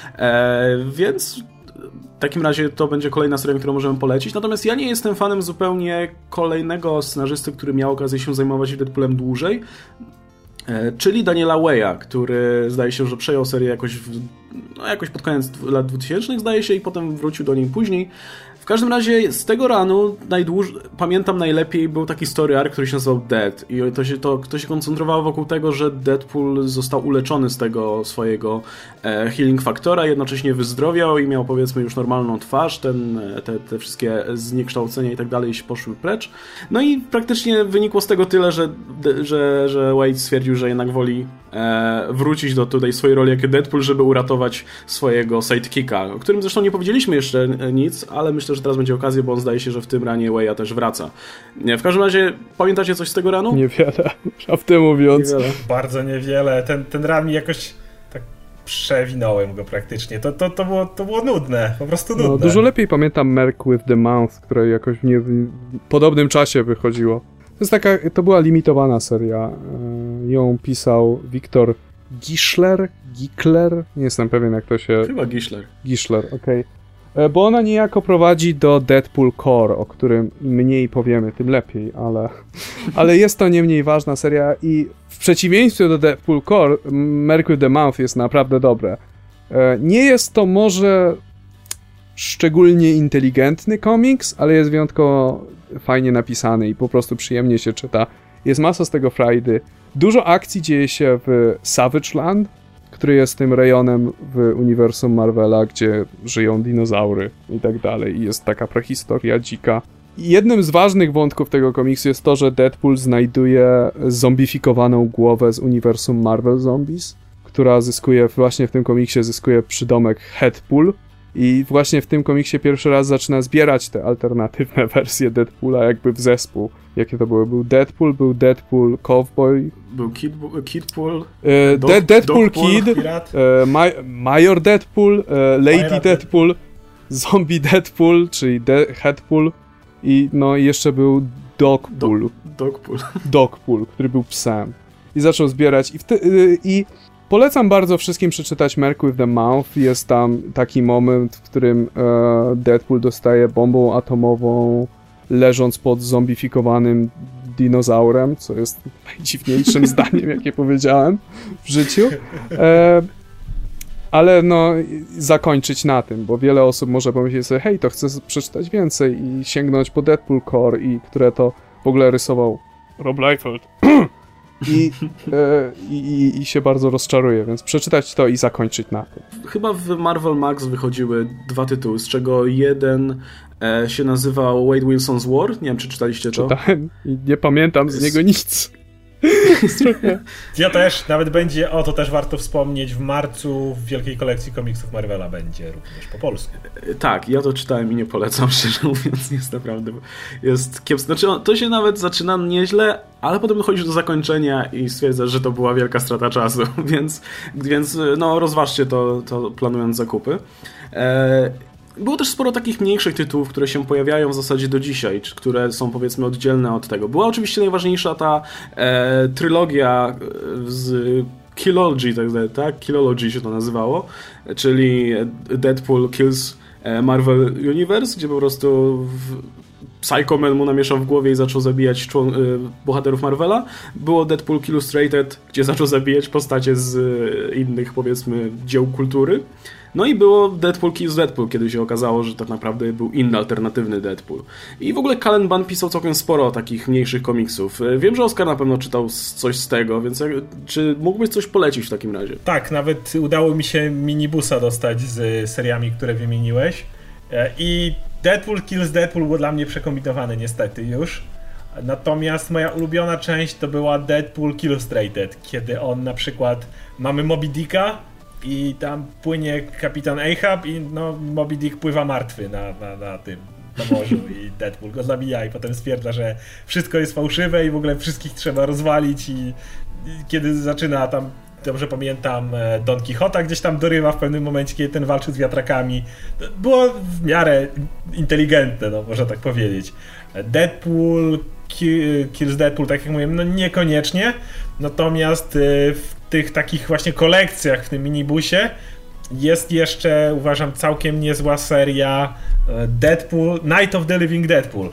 Więc w takim razie to będzie kolejna seria, którą możemy polecić. Natomiast ja nie jestem fanem zupełnie kolejnego scenarzysty, który miał okazję się zajmować Deadpoolem dłużej, czyli Daniela Waya, który zdaje się, że przejął serię jakoś pod koniec lat 2000, zdaje się, i potem wrócił do niej później. W każdym razie z tego runu pamiętam najlepiej był taki story arc, który się nazywał Dead i to się koncentrowało wokół tego, że Deadpool został uleczony z tego swojego healing faktora, jednocześnie wyzdrowiał i miał powiedzmy już normalną twarz, te wszystkie zniekształcenia i tak dalej się poszły precz. No i praktycznie wynikło z tego tyle, że Wade stwierdził, że jednak woli wrócić do tutaj swojej roli jako Deadpool, żeby uratować swojego sidekicka, o którym zresztą nie powiedzieliśmy jeszcze nic, ale myślę, że teraz będzie okazja, bo on zdaje się, że w tym ranie Waya też wraca. W każdym razie, pamiętacie coś z tego ranu?
Niewiele, prawdę mówiąc.
Niewiele.
Bardzo niewiele. Ten ran mi jakoś tak przewinąłem go praktycznie. To było nudne, po prostu nudne.
No, dużo lepiej pamiętam Merc with the Mouth, które jakoś w podobnym czasie wychodziło. To była limitowana seria. Ją pisał Wiktor Gischler? Nie jestem pewien, jak to się...
Chyba Gischler.
Gischler, okej. Bo ona niejako prowadzi do Deadpool Core, o którym im mniej powiemy, tym lepiej, ale jest to nie mniej ważna seria i w przeciwieństwie do Deadpool Core, Merc with the Mouth jest naprawdę dobre. Nie jest to może szczególnie inteligentny komiks, ale jest wyjątkowo fajnie napisany i po prostu przyjemnie się czyta. Jest masa z tego frajdy. Dużo akcji dzieje się w Savage Land, który jest tym rejonem w uniwersum Marvela, gdzie żyją dinozaury i tak dalej. I jest taka prehistoria dzika. I jednym z ważnych wątków tego komiksu jest to, że Deadpool znajduje zombifikowaną głowę z uniwersum Marvel Zombies, która właśnie w tym komiksie zyskuje przydomek Headpool. I właśnie w tym komiksie pierwszy raz zaczyna zbierać te alternatywne wersje Deadpoola jakby w zespół. Jakie to były? Był Deadpool Cowboy.
Był Kidpool.
Deadpool Kid, Major Deadpool, Lady Deadpool, Zombie Deadpool, czyli Headpool i jeszcze był Dogpool, który był psem. I zaczął zbierać i polecam bardzo wszystkim przeczytać Merc with the Mouth. Jest tam taki moment, w którym Deadpool dostaje bombą atomową, leżąc pod zombifikowanym dinozaurem, co jest najdziwniejszym zdaniem, jakie powiedziałem w życiu. Ale zakończyć na tym, bo wiele osób może pomyśleć sobie, hej, to chcę przeczytać więcej i sięgnąć po Deadpool Core, które to w ogóle rysował Rob Liefeld. I się bardzo rozczaruje, więc przeczytać to i zakończyć na tym.
Chyba w Marvel Max wychodziły 2 tytuły, z czego jeden się nazywał Wade Wilson's War. Nie wiem, czy czytaliście to?
Czytałem i nie pamiętam z niego nic.
Ja też, nawet będzie, to też warto wspomnieć, w marcu w wielkiej kolekcji komiksów Marvela będzie również po polsku.
Tak, ja to czytałem i nie polecam, szczerze mówiąc, jest naprawdę, jest kiepsko. Znaczy, to się nawet zaczyna nieźle, ale potem dochodzisz do zakończenia i stwierdzasz, że to była wielka strata czasu, więc rozważcie to planując zakupy. Było też sporo takich mniejszych tytułów, które się pojawiają w zasadzie do dzisiaj, które są powiedzmy oddzielne od tego. Była oczywiście najważniejsza ta trylogia z Killology, tak? Killology się to nazywało, czyli Deadpool Kills Marvel Universe, gdzie po prostu Psycho Man mu namieszał w głowie i zaczął zabijać bohaterów Marvela. Było Deadpool Illustrated, gdzie zaczął zabijać postacie z innych, powiedzmy, dzieł kultury. No i było Deadpool Kills Deadpool, kiedy się okazało, że tak naprawdę był inny, alternatywny Deadpool. I w ogóle Cullen Bunn pisał całkiem sporo takich mniejszych komiksów. Wiem, że Oskar na pewno czytał coś z tego, więc czy mógłbyś coś polecić w takim razie?
Tak, nawet udało mi się minibusa dostać z seriami, które wymieniłeś. I Deadpool Kills Deadpool było dla mnie przekombinowane niestety już. Natomiast moja ulubiona część to była Deadpool Illustrated, kiedy on na przykład mamy Moby Dicka i tam płynie kapitan Ahab i Moby Dick pływa martwy na tym morzu i Deadpool go zabija i potem stwierdza, że wszystko jest fałszywe i w ogóle wszystkich trzeba rozwalić i kiedy zaczyna tam, dobrze pamiętam, Don Quixota gdzieś tam dorywa w pewnym momencie, kiedy ten walczył z wiatrakami. Było w miarę inteligentne, można tak powiedzieć. Deadpool Kills Deadpool, tak jak mówiłem, niekoniecznie. Natomiast w tych takich właśnie kolekcjach w tym minibusie jest jeszcze, uważam, całkiem niezła seria Deadpool, Night of the Living Deadpool,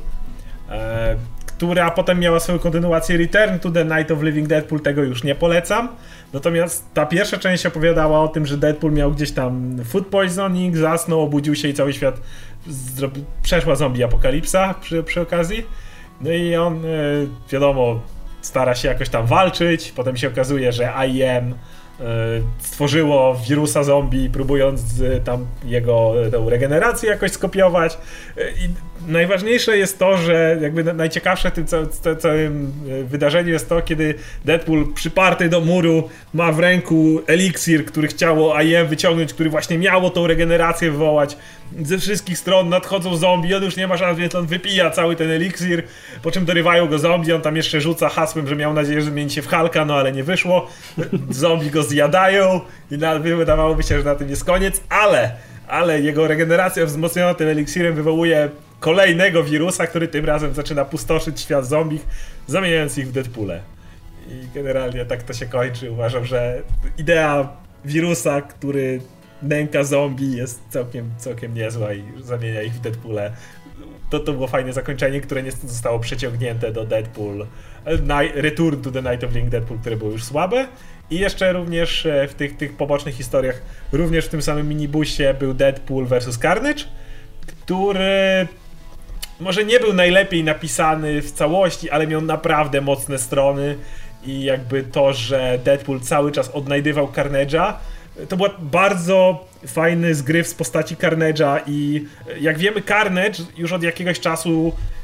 która potem miała swoją kontynuację Return to the Night of Living Deadpool, tego już nie polecam. Natomiast ta pierwsza część opowiadała o tym, że Deadpool miał gdzieś tam food poisoning, zasnął, obudził się i cały świat przeszła zombie apokalipsa przy okazji. No i on, wiadomo, stara się jakoś tam walczyć, potem się okazuje, że IM stworzyło wirusa zombie, próbując tam jego tą regenerację jakoś skopiować. I najważniejsze jest to, że jakby najciekawsze w tym całym wydarzeniu jest to, kiedy Deadpool przyparty do muru ma w ręku eliksir, który chciało IM wyciągnąć, który właśnie miało tą regenerację wywołać. Ze wszystkich stron nadchodzą zombie, on już nie ma szans, więc on wypija cały ten eliksir, po czym dorywają go zombie, on tam jeszcze rzuca hasłem, że miał nadzieję, że zmieni się w Hulka, ale nie wyszło. Zombie go zjadają i wydawałoby się, że na tym jest koniec, ale jego regeneracja wzmocniona tym eliksirem wywołuje kolejnego wirusa, który tym razem zaczyna pustoszyć świat zombich, zamieniając ich w Deadpoole. I generalnie tak to się kończy. Uważam, że idea wirusa, który nęka zombie, jest całkiem niezła i zamienia ich w Deadpoole. To było fajne zakończenie, które niestety zostało przeciągnięte do Deadpool Return to the Night of Living Deadpool, które było już słabe. I jeszcze również w tych pobocznych historiach, również w tym samym minibusie był Deadpool vs Carnage, który może nie był najlepiej napisany w całości, ale miał naprawdę mocne strony i jakby to, że Deadpool cały czas odnajdywał Carnage'a, to był bardzo fajny zgryw z postaci Carnage'a i jak wiemy, Carnage już od jakiegoś czasu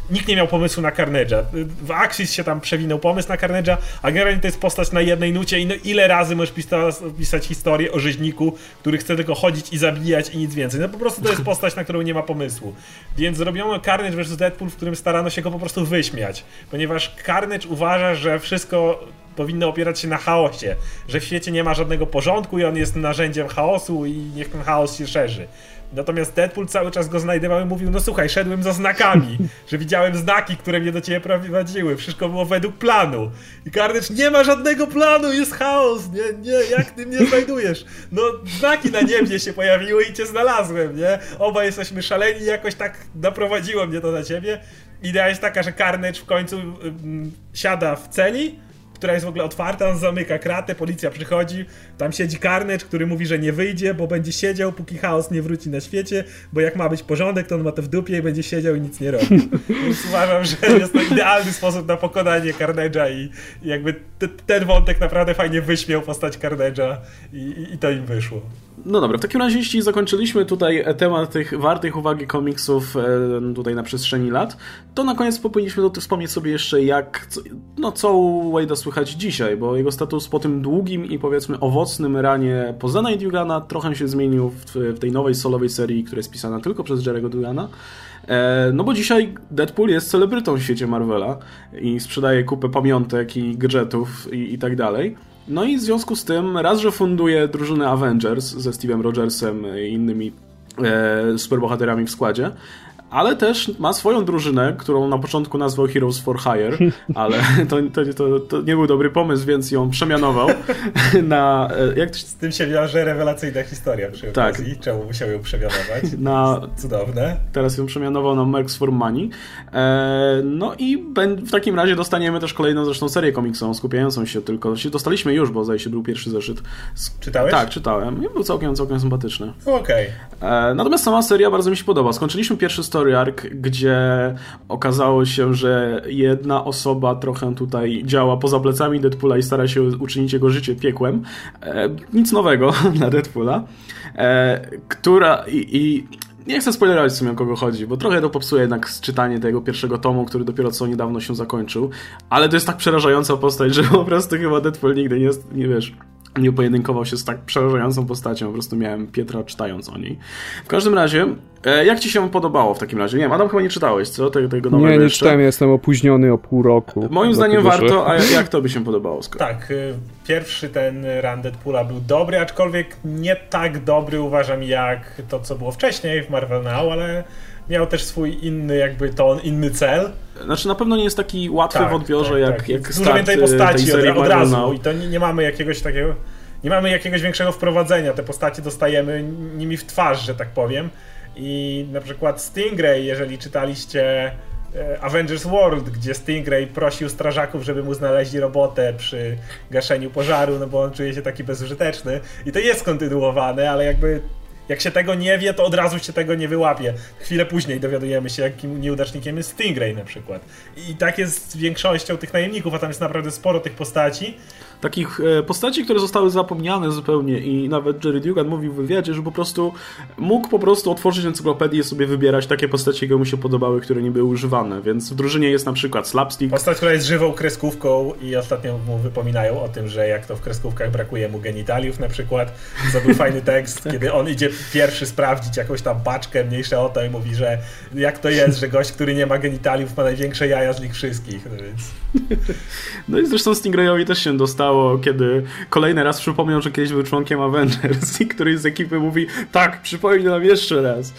nikt nie miał pomysłu na Carnage'a. W Axis się tam przewinął pomysł na Carnage'a, a generalnie to jest postać na jednej nucie i no ile razy możesz pisać historię o rzeźniku, który chce tylko chodzić i zabijać i nic więcej. No po prostu to jest postać, na którą nie ma pomysłu. Więc zrobiono Carnage vs. Deadpool, w którym starano się go po prostu wyśmiać, ponieważ Carnage uważa, że wszystko powinno opierać się na chaosie, że w świecie nie ma żadnego porządku i on jest narzędziem chaosu i niech ten chaos się szerzy. Natomiast Deadpool cały czas go znajdował i mówił, no słuchaj, szedłem za znakami, że widziałem znaki, które mnie do ciebie prowadziły, wszystko było według planu. I Carnage, nie ma żadnego planu, jest chaos, nie, jak ty mnie znajdujesz? No znaki na niebie się pojawiły i cię znalazłem, nie? Obaj jesteśmy szaleni i jakoś tak doprowadziło mnie to na ciebie. Idea jest taka, że Carnage w końcu siada w celi, która jest w ogóle otwarta, on zamyka kratę, policja przychodzi, tam siedzi Carnage, który mówi, że nie wyjdzie, bo będzie siedział, póki chaos nie wróci na świecie, bo jak ma być porządek, to on ma to w dupie i będzie siedział i nic nie robi. Więc uważam, że jest to idealny sposób na pokonanie Carnage'a i jakby ten wątek naprawdę fajnie wyśmiał postać Carnage'a i to im wyszło.
No dobra, w takim razie jeśli zakończyliśmy tutaj temat tych wartych uwagi komiksów tutaj na przestrzeni lat, to na koniec powinniśmy wspomnieć sobie jeszcze co u Wade'a słychać dzisiaj, bo jego status po tym długim i powiedzmy owocnym ranie poza Night Dugana trochę się zmienił w tej nowej solowej serii, która jest pisana tylko przez Jerry'ego Dugana. No bo dzisiaj Deadpool jest celebrytą w świecie Marvela i sprzedaje kupę pamiątek i gadżetów i tak dalej. No i w związku z tym raz, że funduje drużynę Avengers ze Steve'em Rogersem i innymi superbohaterami w składzie, ale też ma swoją drużynę, którą na początku nazwał Heroes for Hire, ale to nie był dobry pomysł, więc ją przemianował na...
Z tym się wiąże rewelacyjna historia przy okazji. Tak. Czemu musiał ją przemianować? Cudowne.
Teraz ją przemianował na Mercs for Money. No i w takim razie dostaniemy też kolejną zresztą serię komiksową skupiającą się tylko... Dostaliśmy już, bo zdaje się był pierwszy zeszyt.
Czytałeś?
Tak, czytałem. I był całkiem sympatyczny.
Okej.
Natomiast sama seria bardzo mi się podoba. Skończyliśmy pierwszy story arc, gdzie okazało się, że jedna osoba trochę tutaj działa poza plecami Deadpoola i stara się uczynić jego życie piekłem. Nic nowego dla Deadpoola. Która nie chcę spoilerować w sumie, o kogo chodzi, bo trochę to popsuje jednak czytanie tego pierwszego tomu, który dopiero co niedawno się zakończył. Ale to jest tak przerażająca postać, że po prostu chyba Deadpool nigdy nie pojedynkował się z tak przerażającą postacią. Po prostu miałem Pietra czytając o niej. W każdym razie, jak ci się podobało w takim razie? Nie wiem, Adam, chyba nie czytałeś, co? Tego nowego
nie czytałem, jestem opóźniony o pół roku.
Moim zdaniem warto, a jak tobie się podobało?
Tak, pierwszy ten run Deadpoola był dobry, aczkolwiek nie tak dobry uważam jak to, co było wcześniej w Marvel Now, ale miał też swój inny jakby ton, inny cel.
Znaczy na pewno nie jest taki łatwy w odbiorze jak
dużo więcej postaci od razu i to nie mamy jakiegoś takiego, nie mamy jakiegoś większego wprowadzenia, te postacie dostajemy nimi w twarz, że tak powiem. I na przykład Stingray, jeżeli czytaliście Avengers World, gdzie Stingray prosił strażaków, żeby mu znaleźli robotę przy gaszeniu pożaru, no bo on czuje się taki bezużyteczny i to jest kontynuowane, ale jakby jak się tego nie wie, to od razu się tego nie wyłapie. Chwilę później dowiadujemy się, jakim nieudacznikiem jest Stingray na przykład. I tak jest z większością tych najemników, a tam jest naprawdę sporo tych postaci.
Takich postaci, które zostały zapomniane zupełnie i nawet Jerry Dugan mówił w wywiadzie, że mógł otworzyć encyklopedię i sobie wybierać takie postacie, które mu się podobały, które nie były używane, więc w drużynie jest na przykład Slapstick.
Postać, która jest żywą kreskówką i ostatnio mu wypominają o tym, że jak to w kreskówkach brakuje mu genitaliów na przykład. To był fajny tekst, kiedy on idzie pierwszy sprawdzić jakąś tam paczkę, mniejsze o to i mówi, że jak to jest, że gość, który nie ma genitaliów ma największe jaja z nich wszystkich. No, więc...
no i zresztą Stingrayowi też się dostało, kiedy kolejny raz przypomniał, że kiedyś był członkiem Avengers i któryś z ekipy mówi, tak, przypomnij nam jeszcze raz.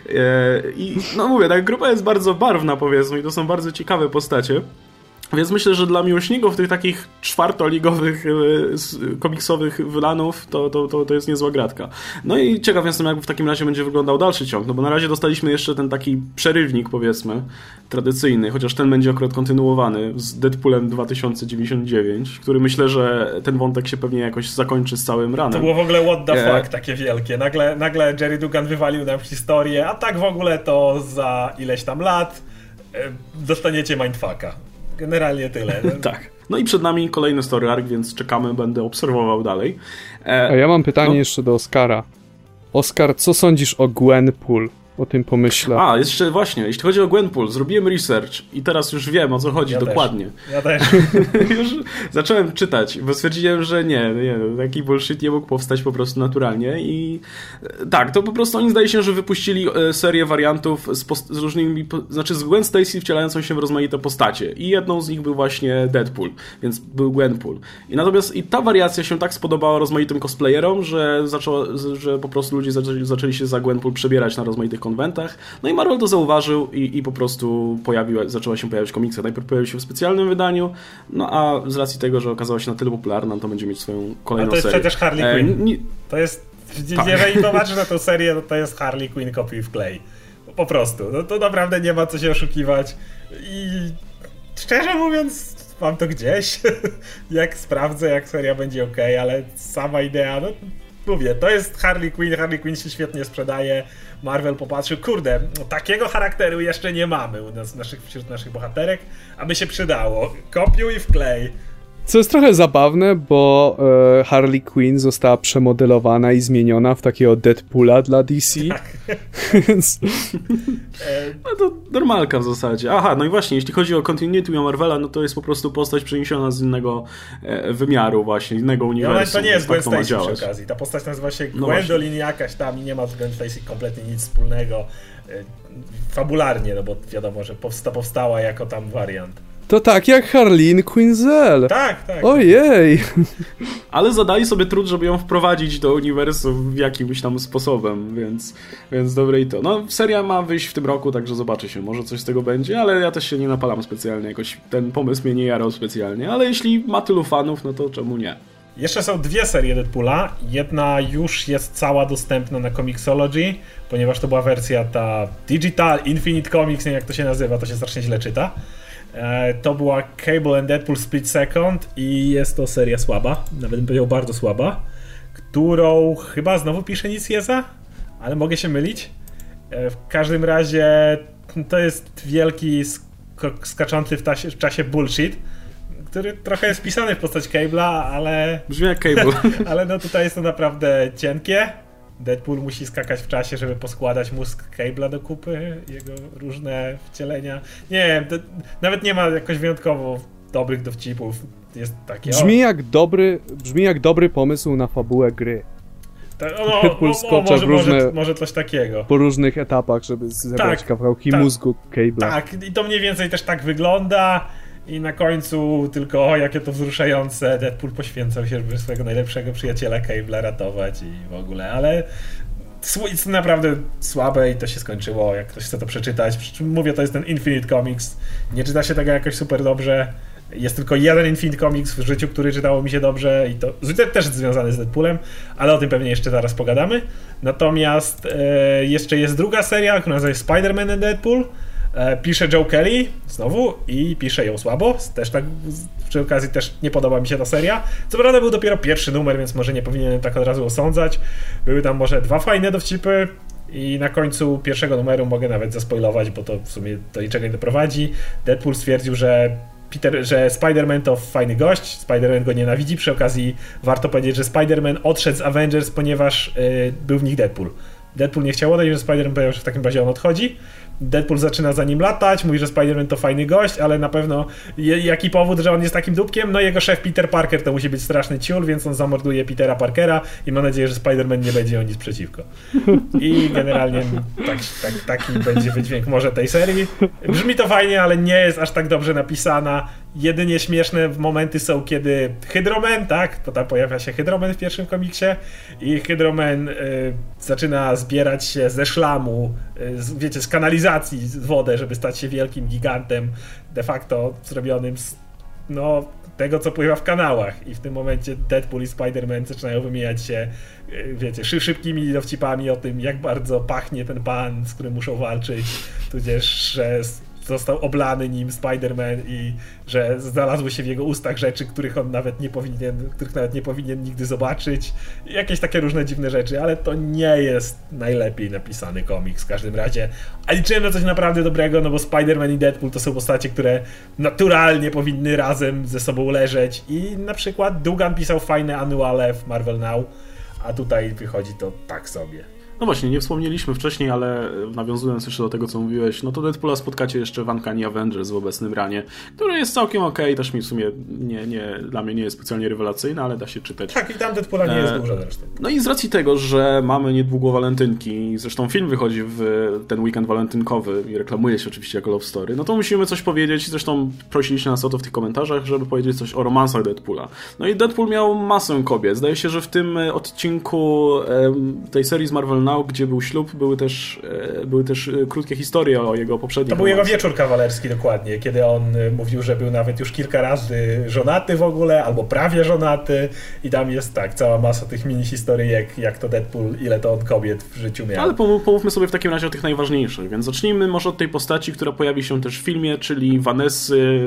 I no mówię, ta grupa jest bardzo barwna, powiedzmy, i to są bardzo ciekawe postacie. Więc myślę, że dla miłośników tych takich czwartoligowych komiksowych wylanów to jest niezła gratka. No i ciekaw jestem, jak w takim razie będzie wyglądał dalszy ciąg, no bo na razie dostaliśmy jeszcze ten taki przerywnik, powiedzmy, tradycyjny, chociaż ten będzie akurat kontynuowany z Deadpoolem 2099, który myślę, że ten wątek się pewnie jakoś zakończy z całym runem.
To było w ogóle what the fuck takie wielkie. Nagle Jerry Dugan wywalił nam historię, a tak w ogóle to za ileś tam lat dostaniecie mindfucka. Generalnie tyle.
Tak. No i przed nami kolejny story arc, więc czekamy, będę obserwował dalej.
A ja mam pytanie jeszcze do Oskara. Oskar, co sądzisz o Gwenpool? o tym pomyślę.
A, jeszcze właśnie, jeśli chodzi o Gwenpool, zrobiłem research i teraz już wiem, o co chodzi dokładnie.
Ja też.
Już zacząłem czytać, bo stwierdziłem, że nie, taki bullshit nie mógł powstać po prostu naturalnie i tak, to po prostu oni zdaje się, że wypuścili serię wariantów z różnymi, znaczy z Gwen Stacy wcielającą się w rozmaite postacie i jedną z nich był właśnie Deadpool, więc był Gwenpool. I natomiast ta wariacja się tak spodobała rozmaitym cosplayerom, że po prostu ludzie zaczęli się za Gwenpool przebierać na rozmaitych konwentach. No i Marvel to zauważył i po prostu zaczęła się pojawiać komiksa. Najpierw pojawił się w specjalnym wydaniu, no a z racji tego, że okazała się na tyle popularna, to będzie mieć swoją kolejną serię.
A to jest przecież Harley Quinn. To jest, jeżeli popatrzysz na tę serię, to jest Harley Quinn kopiuj w klej. Po prostu. No to naprawdę nie ma co się oszukiwać. I szczerze mówiąc, mam to gdzieś. Jak sprawdzę, jak seria będzie okej, ale sama idea, no mówię, to jest Harley Quinn się świetnie sprzedaje. Marvel popatrzył, kurde, takiego charakteru jeszcze nie mamy u nas, wśród naszych bohaterek, aby się przydało. Kopiuj i wklej.
Co jest trochę zabawne, bo Harley Quinn została przemodelowana i zmieniona w takiego Deadpoola dla DC. Tak. Więc...
No to normalka w zasadzie. Aha, no i właśnie, jeśli chodzi o Continuity Marvela, no to jest po prostu postać przeniesiona z innego wymiaru właśnie, innego uniwersum.
No to nie jest Gwen Stacy przy okazji. Ta postać nazywa się Gwendolyn jakaś tam i nie ma z Gwen Stacy kompletnie nic wspólnego fabularnie, no bo wiadomo, że powstała jako tam wariant.
To tak jak Harleen Quinzel.
Tak.
Ojej.
Ale zadali sobie trud, żeby ją wprowadzić do uniwersum jakimś tam sposobem, więc dobre i to. No, seria ma wyjść w tym roku, także zobaczy się, może coś z tego będzie, ale ja też się nie napalam specjalnie, jakoś ten pomysł mnie nie jarał specjalnie, ale jeśli ma tylu fanów, no to czemu nie?
Jeszcze są dwie serie Deadpoola. Jedna już jest cała dostępna na Comixology, ponieważ to była wersja ta Digital Infinite Comics, nie wiem jak to się nazywa, to się strasznie źle czyta. To była Cable and Deadpool Split Second i jest to seria słaba, nawet bym powiedział bardzo słaba, którą chyba znowu pisze Nicieza, ale mogę się mylić. W każdym razie to jest wielki, skaczący w czasie bullshit, który trochę jest wpisany w postać Cable'a, ale...
Brzmi jak Cable.
Ale no tutaj jest to naprawdę cienkie. Deadpool musi skakać w czasie, żeby poskładać mózg Cable'a do kupy, jego różne wcielenia. Nie wiem, nawet nie ma jakoś wyjątkowo dobrych dowcipów. Jest takie...
Brzmi jak dobry pomysł na fabułę gry.
Deadpool skocza może coś takiego.
Po różnych etapach, żeby zebrać kawałki mózgu Cable'a. Tak,
i to mniej więcej też tak wygląda. I na końcu tylko, jakie to wzruszające, Deadpool poświęcał się, żeby swojego najlepszego przyjaciela Cable'a ratować i w ogóle, ale jest naprawdę słabe i to się skończyło, jak ktoś chce to przeczytać. Przy czym mówię, to jest ten Infinite Comics, nie czyta się tego jakoś super dobrze. Jest tylko jeden Infinite Comics w życiu, który czytało mi się dobrze i to też związany z Deadpoolem, ale o tym pewnie jeszcze zaraz pogadamy. Natomiast jeszcze jest druga seria, która nazywa się Spider-Man and Deadpool. Pisze Joe Kelly znowu i pisze ją słabo, też tak przy okazji też nie podoba mi się ta seria. Co prawda był dopiero pierwszy numer, więc może nie powinienem tak od razu osądzać. Były tam może dwa fajne dowcipy i na końcu pierwszego numeru mogę nawet zaspoilować, bo to w sumie do niczego nie doprowadzi. Deadpool stwierdził, że Spider-Man to fajny gość, Spider-Man go nienawidzi, przy okazji warto powiedzieć, że Spider-Man odszedł z Avengers, ponieważ był w nich Deadpool. Deadpool nie chciał odejść, że Spider-Man powiedział, że w takim razie on odchodzi. Deadpool zaczyna za nim latać, mówi, że Spider-Man to fajny gość, ale na pewno jaki powód, że on jest takim dupkiem? No jego szef Peter Parker to musi być straszny ciul, więc on zamorduje Petera Parkera i mam nadzieję, że Spider-Man nie będzie miał nic przeciwko. I generalnie taki będzie wydźwięk może tej serii. Brzmi to fajnie, ale nie jest aż tak dobrze napisana. Jedynie śmieszne momenty są, kiedy Hydro-Man, tak? To tam pojawia się Hydro-Man w pierwszym komiksie i Hydro-Man zaczyna zbierać się ze szlamu, wiecie, z kanalizacji wodę, żeby stać się wielkim gigantem, de facto zrobionym z tego, co pływa w kanałach. I w tym momencie Deadpool i Spider-Man zaczynają wymieniać się, wiecie, szybkimi dowcipami o tym, jak bardzo pachnie ten pan, z którym muszą walczyć, tudzież, że został oblany nim Spider-Man i że znalazły się w jego ustach rzeczy, których nawet nie powinien nigdy zobaczyć. Jakieś takie różne dziwne rzeczy, ale to nie jest najlepiej napisany komiks w każdym razie. A liczyłem na coś naprawdę dobrego, no bo Spider-Man i Deadpool to są postacie, które naturalnie powinny razem ze sobą leżeć i na przykład Duggan pisał fajne anuale w Marvel Now, a tutaj wychodzi to tak sobie.
No właśnie, nie wspomnieliśmy wcześniej, ale nawiązując jeszcze do tego, co mówiłeś, no to Deadpoola spotkacie jeszcze w Uncanny Avengers w obecnym ranie, który jest całkiem okej, też mi w sumie dla mnie nie jest specjalnie rewelacyjny, ale da się czytać.
Tak, i tam Deadpoola nie jest dużo zresztą.
No i z racji tego, że mamy niedługo walentynki, zresztą film wychodzi w ten weekend walentynkowy i reklamuje się oczywiście jako Love Story, no to musimy coś powiedzieć, zresztą prosiliście nas o to w tych komentarzach, żeby powiedzieć coś o romansach Deadpoola. No i Deadpool miał masę kobiet. Zdaje się, że w tym odcinku tej serii z Marvel Now, gdzie był ślub, były też krótkie historie o jego poprzednich
To był jego wieczór kawalerski dokładnie, kiedy on mówił, że był nawet już kilka razy żonaty w ogóle, albo prawie żonaty i tam jest tak, cała masa tych mini historii, jak to Deadpool, ile to on kobiet w życiu miał.
Ale pomówmy sobie w takim razie o tych najważniejszych, więc zacznijmy może od tej postaci, która pojawi się też w filmie, czyli Vanessy,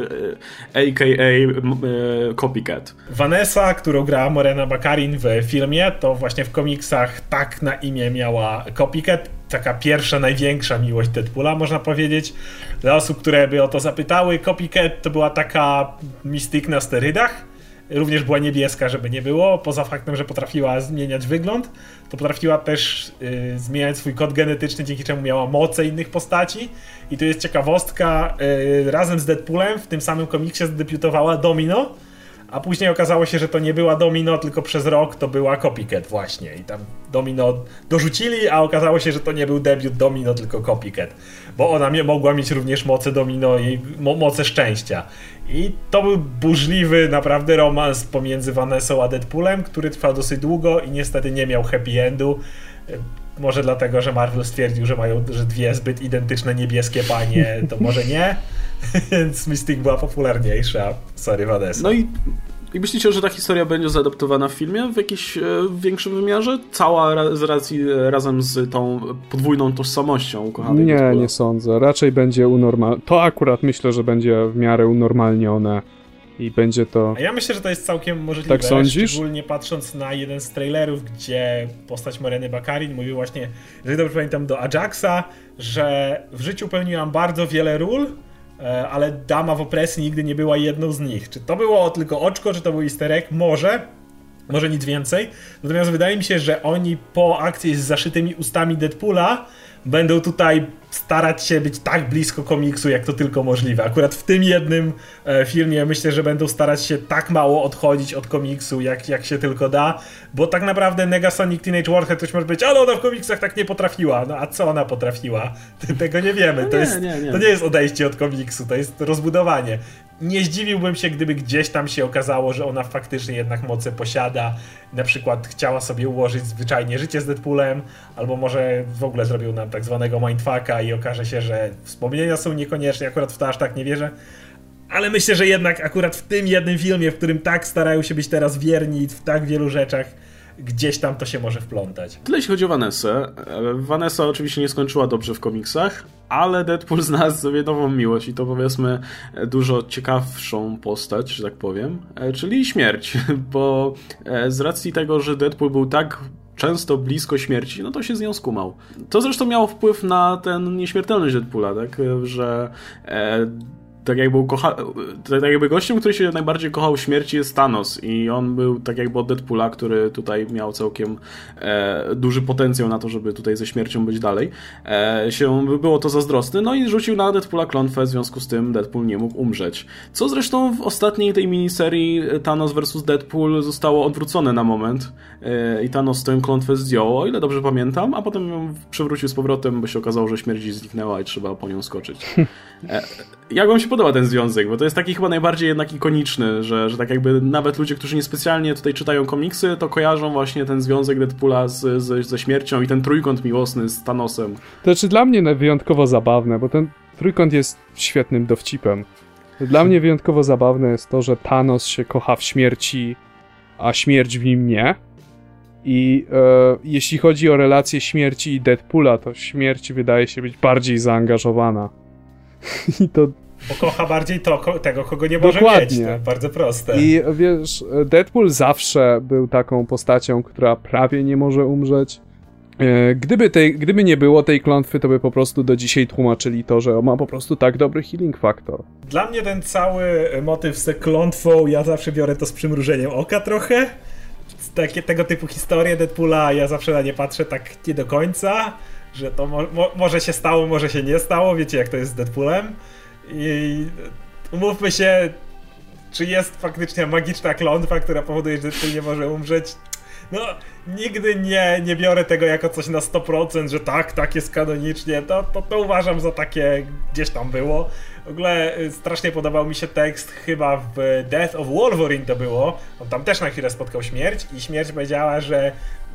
a.k.a. Copycat.
Vanessa, którą grała Morena Baccarin w filmie, to właśnie w komiksach tak na imię miała Copycat. Taka pierwsza, największa miłość Deadpoola, można powiedzieć. Dla osób, które by o to zapytały, Copycat to była taka Mystique na sterydach. Również była niebieska, żeby nie było. Poza faktem, że potrafiła zmieniać wygląd, to potrafiła też zmieniać swój kod genetyczny, dzięki czemu miała moce innych postaci. I tu jest ciekawostka, razem z Deadpoolem w tym samym komiksie zadebiutowała Domino, a później okazało się, że to nie była Domino, tylko przez rok to była Copycat właśnie. I tam Domino dorzucili, a okazało się, że to nie był debiut Domino, tylko Copycat. Bo ona mogła mieć również moce Domino i moce szczęścia. I to był burzliwy naprawdę romans pomiędzy Vanessą a Deadpoolem, który trwał dosyć długo i niestety nie miał happy endu. Może dlatego, że Marvel stwierdził, że dwie zbyt identyczne niebieskie panie, to może nie. Więc Mystique była popularniejsza. Sorry, Vanessa.
No i myślicie, że ta historia będzie zaadaptowana w filmie w jakimś większym wymiarze? Cała z racji razem z tą podwójną tożsamością ukochanej Deadpoola?
Nie sądzę. Raczej będzie To akurat myślę, że będzie w miarę unormalnione i będzie to...
A ja myślę, że to jest całkiem możliwe.
Tak sądzisz?
Szczególnie patrząc na jeden z trailerów, gdzie postać Moreny Baccarin mówił właśnie, że dobrze pamiętam, do Ajaxa, że w życiu pełniłam bardzo wiele ról, ale dama w opresji nigdy nie była jedną z nich. Czy to było tylko oczko, czy to był easter egg? Może nic więcej. Natomiast wydaje mi się, że oni po akcji z zaszytymi ustami Deadpoola będą tutaj starać się być tak blisko komiksu, jak to tylko możliwe. Akurat w tym jednym filmie myślę, że będą starać się tak mało odchodzić od komiksu, jak się tylko da, bo tak naprawdę Negasonic Teenage Warhead ktoś może być, ale ona w komiksach tak nie potrafiła. No a co ona potrafiła? Tego nie wiemy. To nie jest odejście od komiksu, to jest rozbudowanie. Nie zdziwiłbym się, gdyby gdzieś tam się okazało, że ona faktycznie jednak moce posiada. Na przykład chciała sobie ułożyć zwyczajnie życie z Deadpoolem, albo może w ogóle zrobił nam tak zwanego mindfucka i okaże się, że wspomnienia są niekoniecznie, akurat w to aż tak nie wierzę. Ale myślę, że jednak akurat w tym jednym filmie, w którym tak starają się być teraz wierni w tak wielu rzeczach, gdzieś tam to się może wplątać.
Tyle jeśli chodzi o Vanessę. Vanessa oczywiście nie skończyła dobrze w komiksach, ale Deadpool znalazł sobie nową miłość i to powiedzmy dużo ciekawszą postać, że tak powiem, czyli śmierć, bo z racji tego, że Deadpool był tak często blisko śmierci, no to się z nią skumał. To zresztą miało wpływ na tę nieśmiertelność Deadpoola, tak, że tak jakby gościem, który się najbardziej kochał śmierci, jest Thanos i on był tak jakby od Deadpoola, który tutaj miał całkiem duży potencjał na to, żeby tutaj ze śmiercią być dalej. Było to zazdrosny, no i rzucił na Deadpoola klątwę, w związku z tym Deadpool nie mógł umrzeć. Co zresztą w ostatniej tej miniserii Thanos vs. Deadpool zostało odwrócone na moment i Thanos tę klątwę zdjął, o ile dobrze pamiętam, a potem ją przywrócił z powrotem, bo się okazało, że śmierć zniknęła i trzeba po nią skoczyć. Jak wam się podoba ten związek? Bo to jest taki chyba najbardziej jednak ikoniczny, że tak jakby nawet ludzie, którzy niespecjalnie tutaj czytają komiksy, to kojarzą właśnie ten związek Deadpoola ze śmiercią i ten trójkąt miłosny z Thanosem.
To znaczy dla mnie wyjątkowo zabawne, bo ten trójkąt jest świetnym dowcipem. Dla mnie wyjątkowo zabawne jest to, że Thanos się kocha w śmierci, a śmierć w nim nie. I jeśli chodzi o relację śmierci i Deadpoola, to śmierć wydaje się być bardziej zaangażowana. I to...
Bo kocha bardziej tego, kogo nie może mieć. To bardzo proste.
I wiesz, Deadpool zawsze był taką postacią, która prawie nie może umrzeć. Gdyby nie było tej klątwy, to by po prostu do dzisiaj tłumaczyli to, że ma po prostu tak dobry healing factor.
Dla mnie ten cały motyw z klątwą, ja zawsze biorę to z przymrużeniem oka trochę. tego typu historie Deadpoola, ja zawsze na nie patrzę tak nie do końca, że to może się stało, może się nie stało, wiecie jak to jest z Deadpoolem. I umówmy się, czy jest faktycznie magiczna klątwa, która powoduje, że Deadpool nie może umrzeć. No, nigdy nie biorę tego jako coś na 100%, że tak jest kanonicznie, to uważam za takie, gdzieś tam było. W ogóle strasznie podobał mi się tekst, chyba w Death of Wolverine to było, on tam też na chwilę spotkał śmierć i śmierć powiedziała, że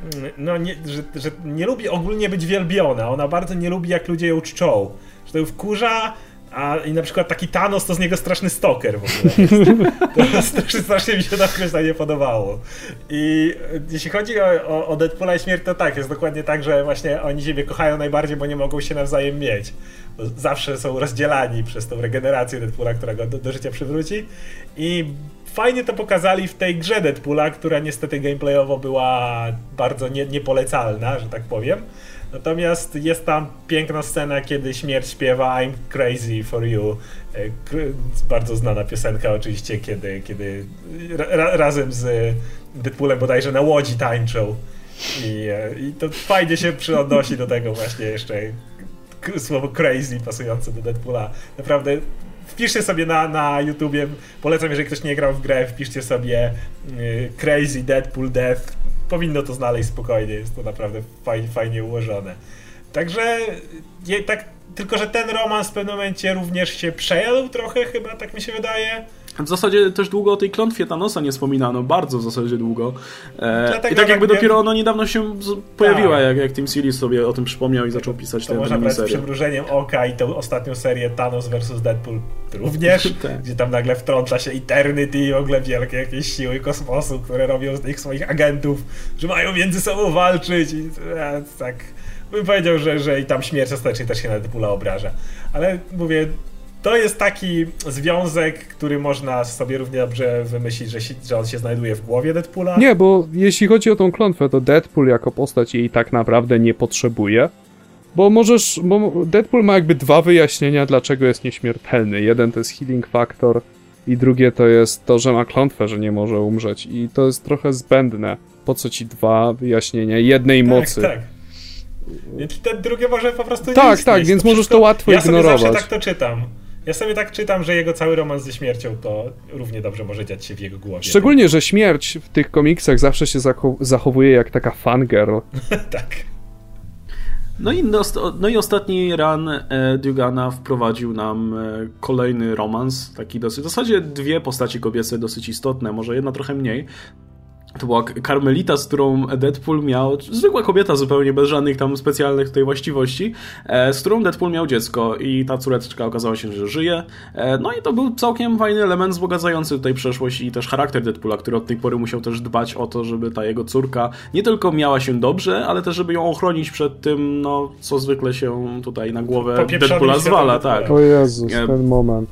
że nie lubi ogólnie być wielbiona, ona bardzo nie lubi jak ludzie ją czczą, że to ją wkurza. I na przykład taki Thanos to z niego straszny stalker w ogóle. To strasznie mi się to określenie podobało. I jeśli chodzi o Deadpoola i śmierć, to tak, jest dokładnie tak, że właśnie oni siebie kochają najbardziej, bo nie mogą się nawzajem mieć. Bo zawsze są rozdzielani przez tą regenerację Deadpoola, która go do życia przywróci. I fajnie to pokazali w tej grze Deadpoola, która niestety gameplayowo była bardzo niepolecalna, że tak powiem. Natomiast jest tam piękna scena, kiedy śmierć śpiewa I'm crazy for you. Bardzo znana piosenka oczywiście, kiedy razem z Deadpoolem bodajże na łodzi tańczą. I to fajnie się przyodnosi do tego właśnie jeszcze słowo crazy pasujące do Deadpoola. Naprawdę wpiszcie sobie na YouTubie, polecam, jeżeli ktoś nie grał w grę, wpiszcie sobie crazy Deadpool Death. Powinno to znaleźć spokojnie, jest to naprawdę fajnie ułożone. Także tylko że ten romans w pewnym momencie również się przejął trochę chyba, tak mi się wydaje.
W zasadzie też długo o tej klątwie Thanosa nie wspominano, bardzo w zasadzie długo. I tak jakby dopiero ona niedawno się pojawiła, jak Tim Series sobie o tym przypomniał i zaczął pisać tę
można brać z przymrużeniem oka i tą ostatnią serię Thanos vs. Deadpool również, tak. Gdzie tam nagle wtrąca się Eternity i w ogóle wielkie jakieś siły kosmosu, które robią z nich swoich agentów, że mają między sobą walczyć i tak... Bym powiedział, że i tam śmierć ostatecznie też się na Deadpoola obraża. Ale mówię, to jest taki związek, który można sobie równie dobrze wymyślić, że on się znajduje w głowie Deadpoola.
Nie, bo jeśli chodzi o tą klątwę, to Deadpool jako postać jej tak naprawdę nie potrzebuje. Bo Deadpool ma jakby dwa wyjaśnienia, dlaczego jest nieśmiertelny. Jeden to jest healing factor i drugie to jest to, że ma klątwę, że nie może umrzeć. I to jest trochę zbędne. Po co ci dwa wyjaśnienia jednej mocy?
Tak. Więc te drugie może po prostu nie
istnieć. Tak, więc możesz to łatwo ignorować.
Ja sobie zawsze tak to czytam. Ja sobie tak czytam, że jego cały romans ze śmiercią to równie dobrze może dziać się w jego głowie.
Szczególnie, że śmierć w tych komiksach zawsze się zachowuje jak taka fangirl.
Tak.
No i ostatni run Dugana wprowadził nam kolejny romans, taki dosyć, w zasadzie dwie postaci kobiece dosyć istotne, może jedna trochę mniej. To była Karmelita, z którą Deadpool miał, zwykła kobieta zupełnie, bez żadnych tam specjalnych tutaj właściwości, z którą Deadpool miał dziecko i ta córeczka okazała się, że żyje. No i to był całkiem fajny element wzbogacający tutaj przeszłość i też charakter Deadpoola, który od tej pory musiał też dbać o to, żeby ta jego córka nie tylko miała się dobrze, ale też żeby ją ochronić przed tym, no, co zwykle się tutaj na głowę Deadpoola zwala. Tak.
O Jezus, ten moment.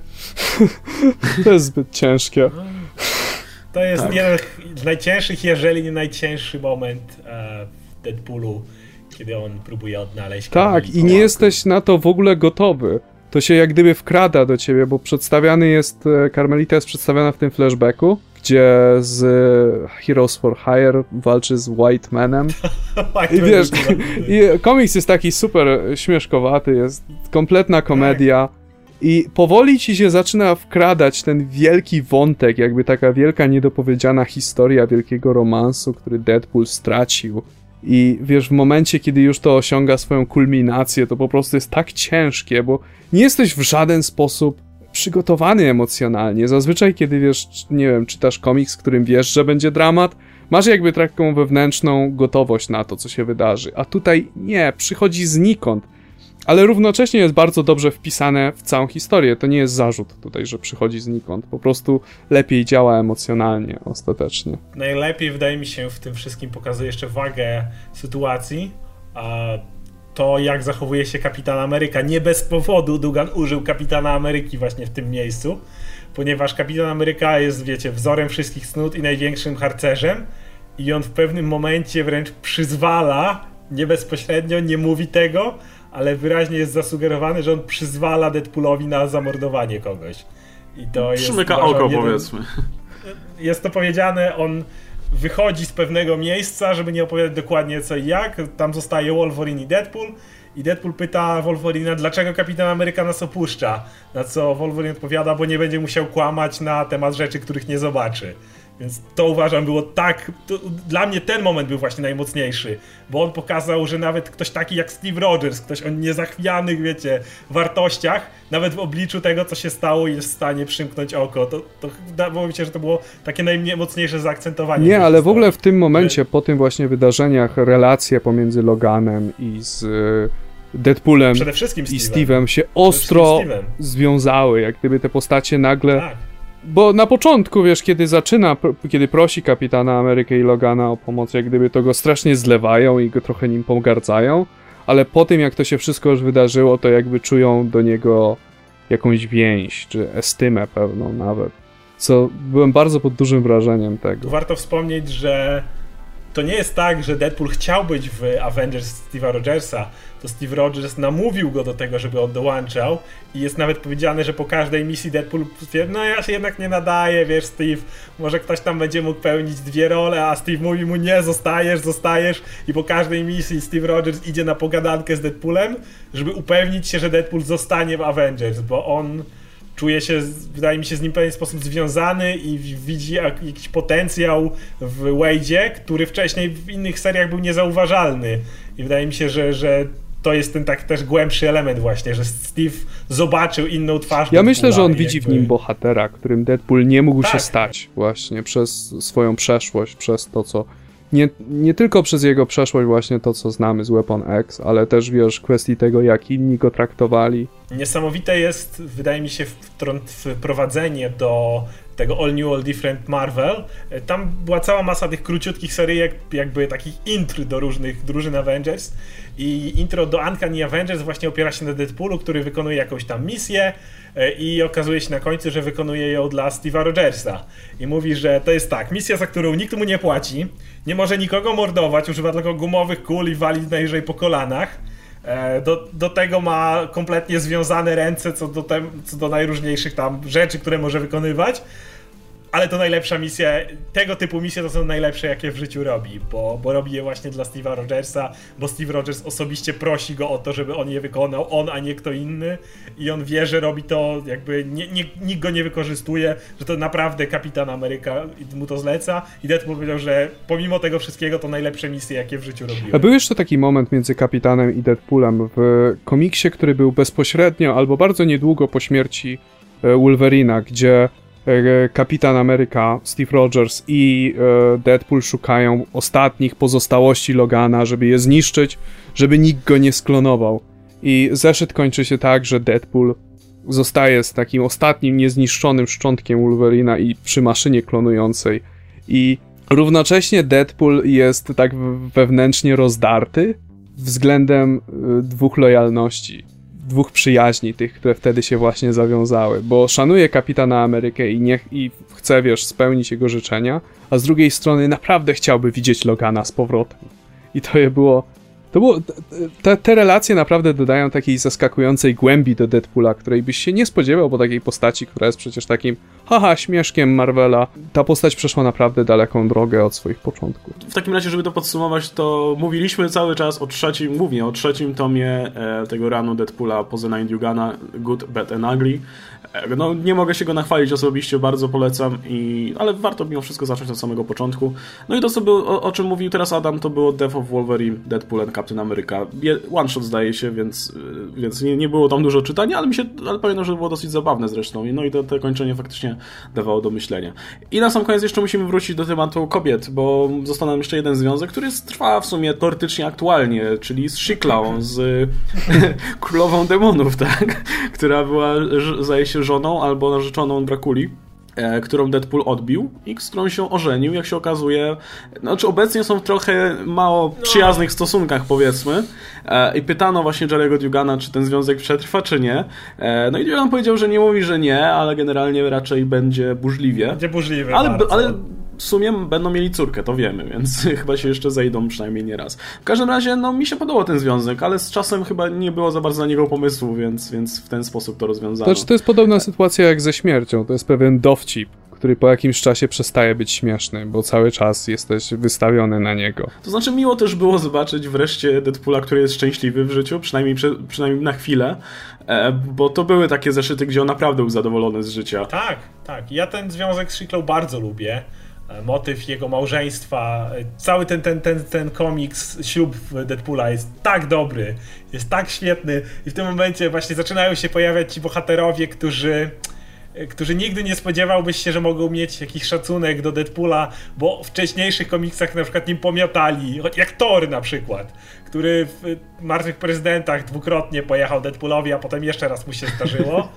To jest zbyt ciężkie.
To jest jeden z najcięższych, jeżeli nie najcięższy moment w Deadpoolu, kiedy on próbuje odnaleźć
Tak, i nie jesteś na to w ogóle gotowy. To się jak gdyby wkrada do ciebie, bo Karmelita jest przedstawiana w tym flashbacku, gdzie z Heroes for Hire walczy z White Manem. I wiesz, komiks jest taki super śmieszkowaty, jest kompletna komedia. I powoli ci się zaczyna wkradać ten wielki wątek, jakby taka wielka niedopowiedziana historia wielkiego romansu, który Deadpool stracił. I wiesz, w momencie, kiedy już to osiąga swoją kulminację, to po prostu jest tak ciężkie, bo nie jesteś w żaden sposób przygotowany emocjonalnie. Zazwyczaj, kiedy wiesz, nie wiem, czytasz komiks, w którym wiesz, że będzie dramat, masz jakby taką wewnętrzną gotowość na to, co się wydarzy. A tutaj nie, przychodzi znikąd. Ale równocześnie jest bardzo dobrze wpisane w całą historię. To nie jest zarzut tutaj, że przychodzi znikąd. Po prostu lepiej działa emocjonalnie ostatecznie.
Najlepiej wydaje mi się w tym wszystkim pokazuje jeszcze wagę sytuacji, a to jak zachowuje się Kapitan Ameryka. Nie bez powodu Dugan użył Kapitana Ameryki właśnie w tym miejscu, ponieważ Kapitan Ameryka jest, wiecie, wzorem wszystkich cnót i największym harcerzem i on w pewnym momencie wręcz przyzwala, nie bezpośrednio, nie mówi tego, ale wyraźnie jest zasugerowany, że on przyzwala Deadpoolowi na zamordowanie kogoś. I to jest,
przymyka oko, powiedzmy.
Jest to powiedziane, on wychodzi z pewnego miejsca, żeby nie opowiadać dokładnie co i jak. Tam zostaje Wolverine i Deadpool pyta Wolverina, dlaczego Kapitan Ameryka nas opuszcza. Na co Wolverine odpowiada, bo nie będzie musiał kłamać na temat rzeczy, których nie zobaczy. Więc to uważam było tak... Dla mnie ten moment był właśnie najmocniejszy, bo on pokazał, że nawet ktoś taki jak Steve Rogers, ktoś o niezachwianych, wiecie, wartościach, nawet w obliczu tego, co się stało, jest w stanie przymknąć oko. To wydawało mi się, że to było takie najmocniejsze zaakcentowanie.
Nie, ale w ogóle w tym momencie, po tym właśnie wydarzeniach, relacje pomiędzy Loganem i z Deadpoolem i Steve'em się ostro związały, jak gdyby te postacie nagle... Tak. Bo na początku, wiesz, kiedy prosi Kapitana Amerykę i Logana o pomoc, jak gdyby to go strasznie zlewają i go trochę nim pogardzają, ale po tym, jak to się wszystko już wydarzyło, to jakby czują do niego jakąś więź, czy estymę pewną nawet. Co byłem bardzo pod dużym wrażeniem tego.
Warto wspomnieć, że to nie jest tak, że Deadpool chciał być w Avengers Steve'a Rogersa, to Steve Rogers namówił go do tego, żeby on dołączał i jest nawet powiedziane, że po każdej misji Deadpool stwierdzi, no ja się jednak nie nadaję, wiesz Steve, może ktoś tam będzie mógł pełnić 2 role, a Steve mówi mu nie, zostajesz i po każdej misji Steve Rogers idzie na pogadankę z Deadpoolem, żeby upewnić się, że Deadpool zostanie w Avengers, bo on czuje się, wydaje mi się, z nim w pewien sposób związany i widzi jakiś potencjał w Wade'zie, który wcześniej w innych seriach był niezauważalny. I wydaje mi się, że to jest ten tak też głębszy element właśnie, że Steve zobaczył inną twarz.
Ja myślę, że on widzi w nim bohatera, którym Deadpool nie mógł się stać właśnie przez swoją przeszłość, przez to, co... Nie tylko przez jego przeszłość właśnie to, co znamy z Weapon X, ale też, wiesz, kwestii tego, jak inni go traktowali.
Niesamowite jest, wydaje mi się, wprowadzenie do tego All New, All Different Marvel. Tam była cała masa tych króciutkich seryjek, jakby takich intro do różnych drużyn Avengers i intro do Uncanny Avengers właśnie opiera się na Deadpoolu, który wykonuje jakąś tam misję i okazuje się na końcu, że wykonuje ją dla Steve'a Rogersa i mówi, że to jest tak, misja, za którą nikt mu nie płaci, nie może nikogo mordować, używa tylko gumowych kul i wali najwyżej po kolanach. Do tego ma kompletnie związane ręce co do najróżniejszych tam rzeczy, które może wykonywać, ale to najlepsza misja, tego typu misje to są najlepsze, jakie w życiu robi, bo robi je właśnie dla Steve'a Rogersa, bo Steve Rogers osobiście prosi go o to, żeby on je wykonał, on, a nie kto inny i on wie, że robi to jakby, nikt go nie wykorzystuje, że to naprawdę Kapitan Ameryka mu to zleca i Deadpool powiedział, że pomimo tego wszystkiego to najlepsze misje, jakie w życiu robił.
A był jeszcze taki moment między Kapitanem i Deadpoolem w komiksie, który był bezpośrednio albo bardzo niedługo po śmierci Wolverina, gdzie Kapitan Ameryka, Steve Rogers i Deadpool szukają ostatnich pozostałości Logana, żeby je zniszczyć, żeby nikt go nie sklonował. I zeszyt kończy się tak, że Deadpool zostaje z takim ostatnim niezniszczonym szczątkiem Wolverina i przy maszynie klonującej. I równocześnie Deadpool jest tak wewnętrznie rozdarty względem 2 lojalności. 2 przyjaźni, tych, które wtedy się właśnie zawiązały, bo szanuje Kapitana Amerykę i chce, wiesz, spełnić jego życzenia, a z drugiej strony naprawdę chciałby widzieć Logana z powrotem. I te relacje naprawdę dodają takiej zaskakującej głębi do Deadpoola, której byś się nie spodziewał po takiej postaci, która jest przecież takim śmieszkiem Marvela. Ta postać przeszła naprawdę daleką drogę od swoich początków.
W takim razie, żeby to podsumować, to mówiliśmy cały czas głównie o trzecim tomie tego runu Deadpoola Poza Nine Dugana, Good, Bad and Ugly. No, nie mogę się go nachwalić osobiście, bardzo polecam, ale warto mimo wszystko zacząć od samego początku. No i to, co było, o czym mówił teraz Adam, to było Death of Wolverine, Deadpool and Captain America. One shot zdaje się, więc nie było tam dużo czytania, ale pamiętam, że było dosyć zabawne zresztą. No i to kończenie faktycznie dawało do myślenia. I na sam koniec jeszcze musimy wrócić do tematu kobiet, bo został nam jeszcze jeden związek, który trwa w sumie teoretycznie aktualnie, czyli z Shiklaą, z królową demonów, tak? Która była, zdaje się, żoną albo narzeczoną Drakuli, którą Deadpool odbił i z którą się ożenił, jak się okazuje. Znaczy obecnie są w trochę mało przyjaznych stosunkach, powiedzmy. I pytano właśnie Jerry'ego Dugana, czy ten związek przetrwa, czy nie. No i Dugan powiedział, że nie mówi, że nie, ale generalnie raczej będzie burzliwie.
Będzie burzliwy,
ale w sumie będą mieli córkę, to wiemy, więc chyba się jeszcze zejdą przynajmniej nie raz. W każdym razie, no mi się podobał ten związek, ale z czasem chyba nie było za bardzo na niego pomysłu, więc w ten sposób to rozwiązano.
To jest podobna sytuacja jak ze śmiercią, to jest pewien dowcip, który po jakimś czasie przestaje być śmieszny, bo cały czas jesteś wystawiony na niego.
To znaczy miło też było zobaczyć wreszcie Deadpoola, który jest szczęśliwy w życiu, przynajmniej na chwilę, bo to były takie zeszyty, gdzie on naprawdę był zadowolony z życia.
Tak. Ja ten związek z Shicklą bardzo lubię. Motyw jego małżeństwa, cały ten komiks, ślub Deadpoola jest tak dobry, jest tak świetny i w tym momencie właśnie zaczynają się pojawiać ci bohaterowie, którzy nigdy nie spodziewałbyś się, że mogą mieć jakiś szacunek do Deadpoola, bo w wcześniejszych komiksach na przykład nim pomiotali, jak Thor na przykład, który w Martwych Prezydentach dwukrotnie pojechał Deadpoolowi, a potem jeszcze raz mu się zdarzyło.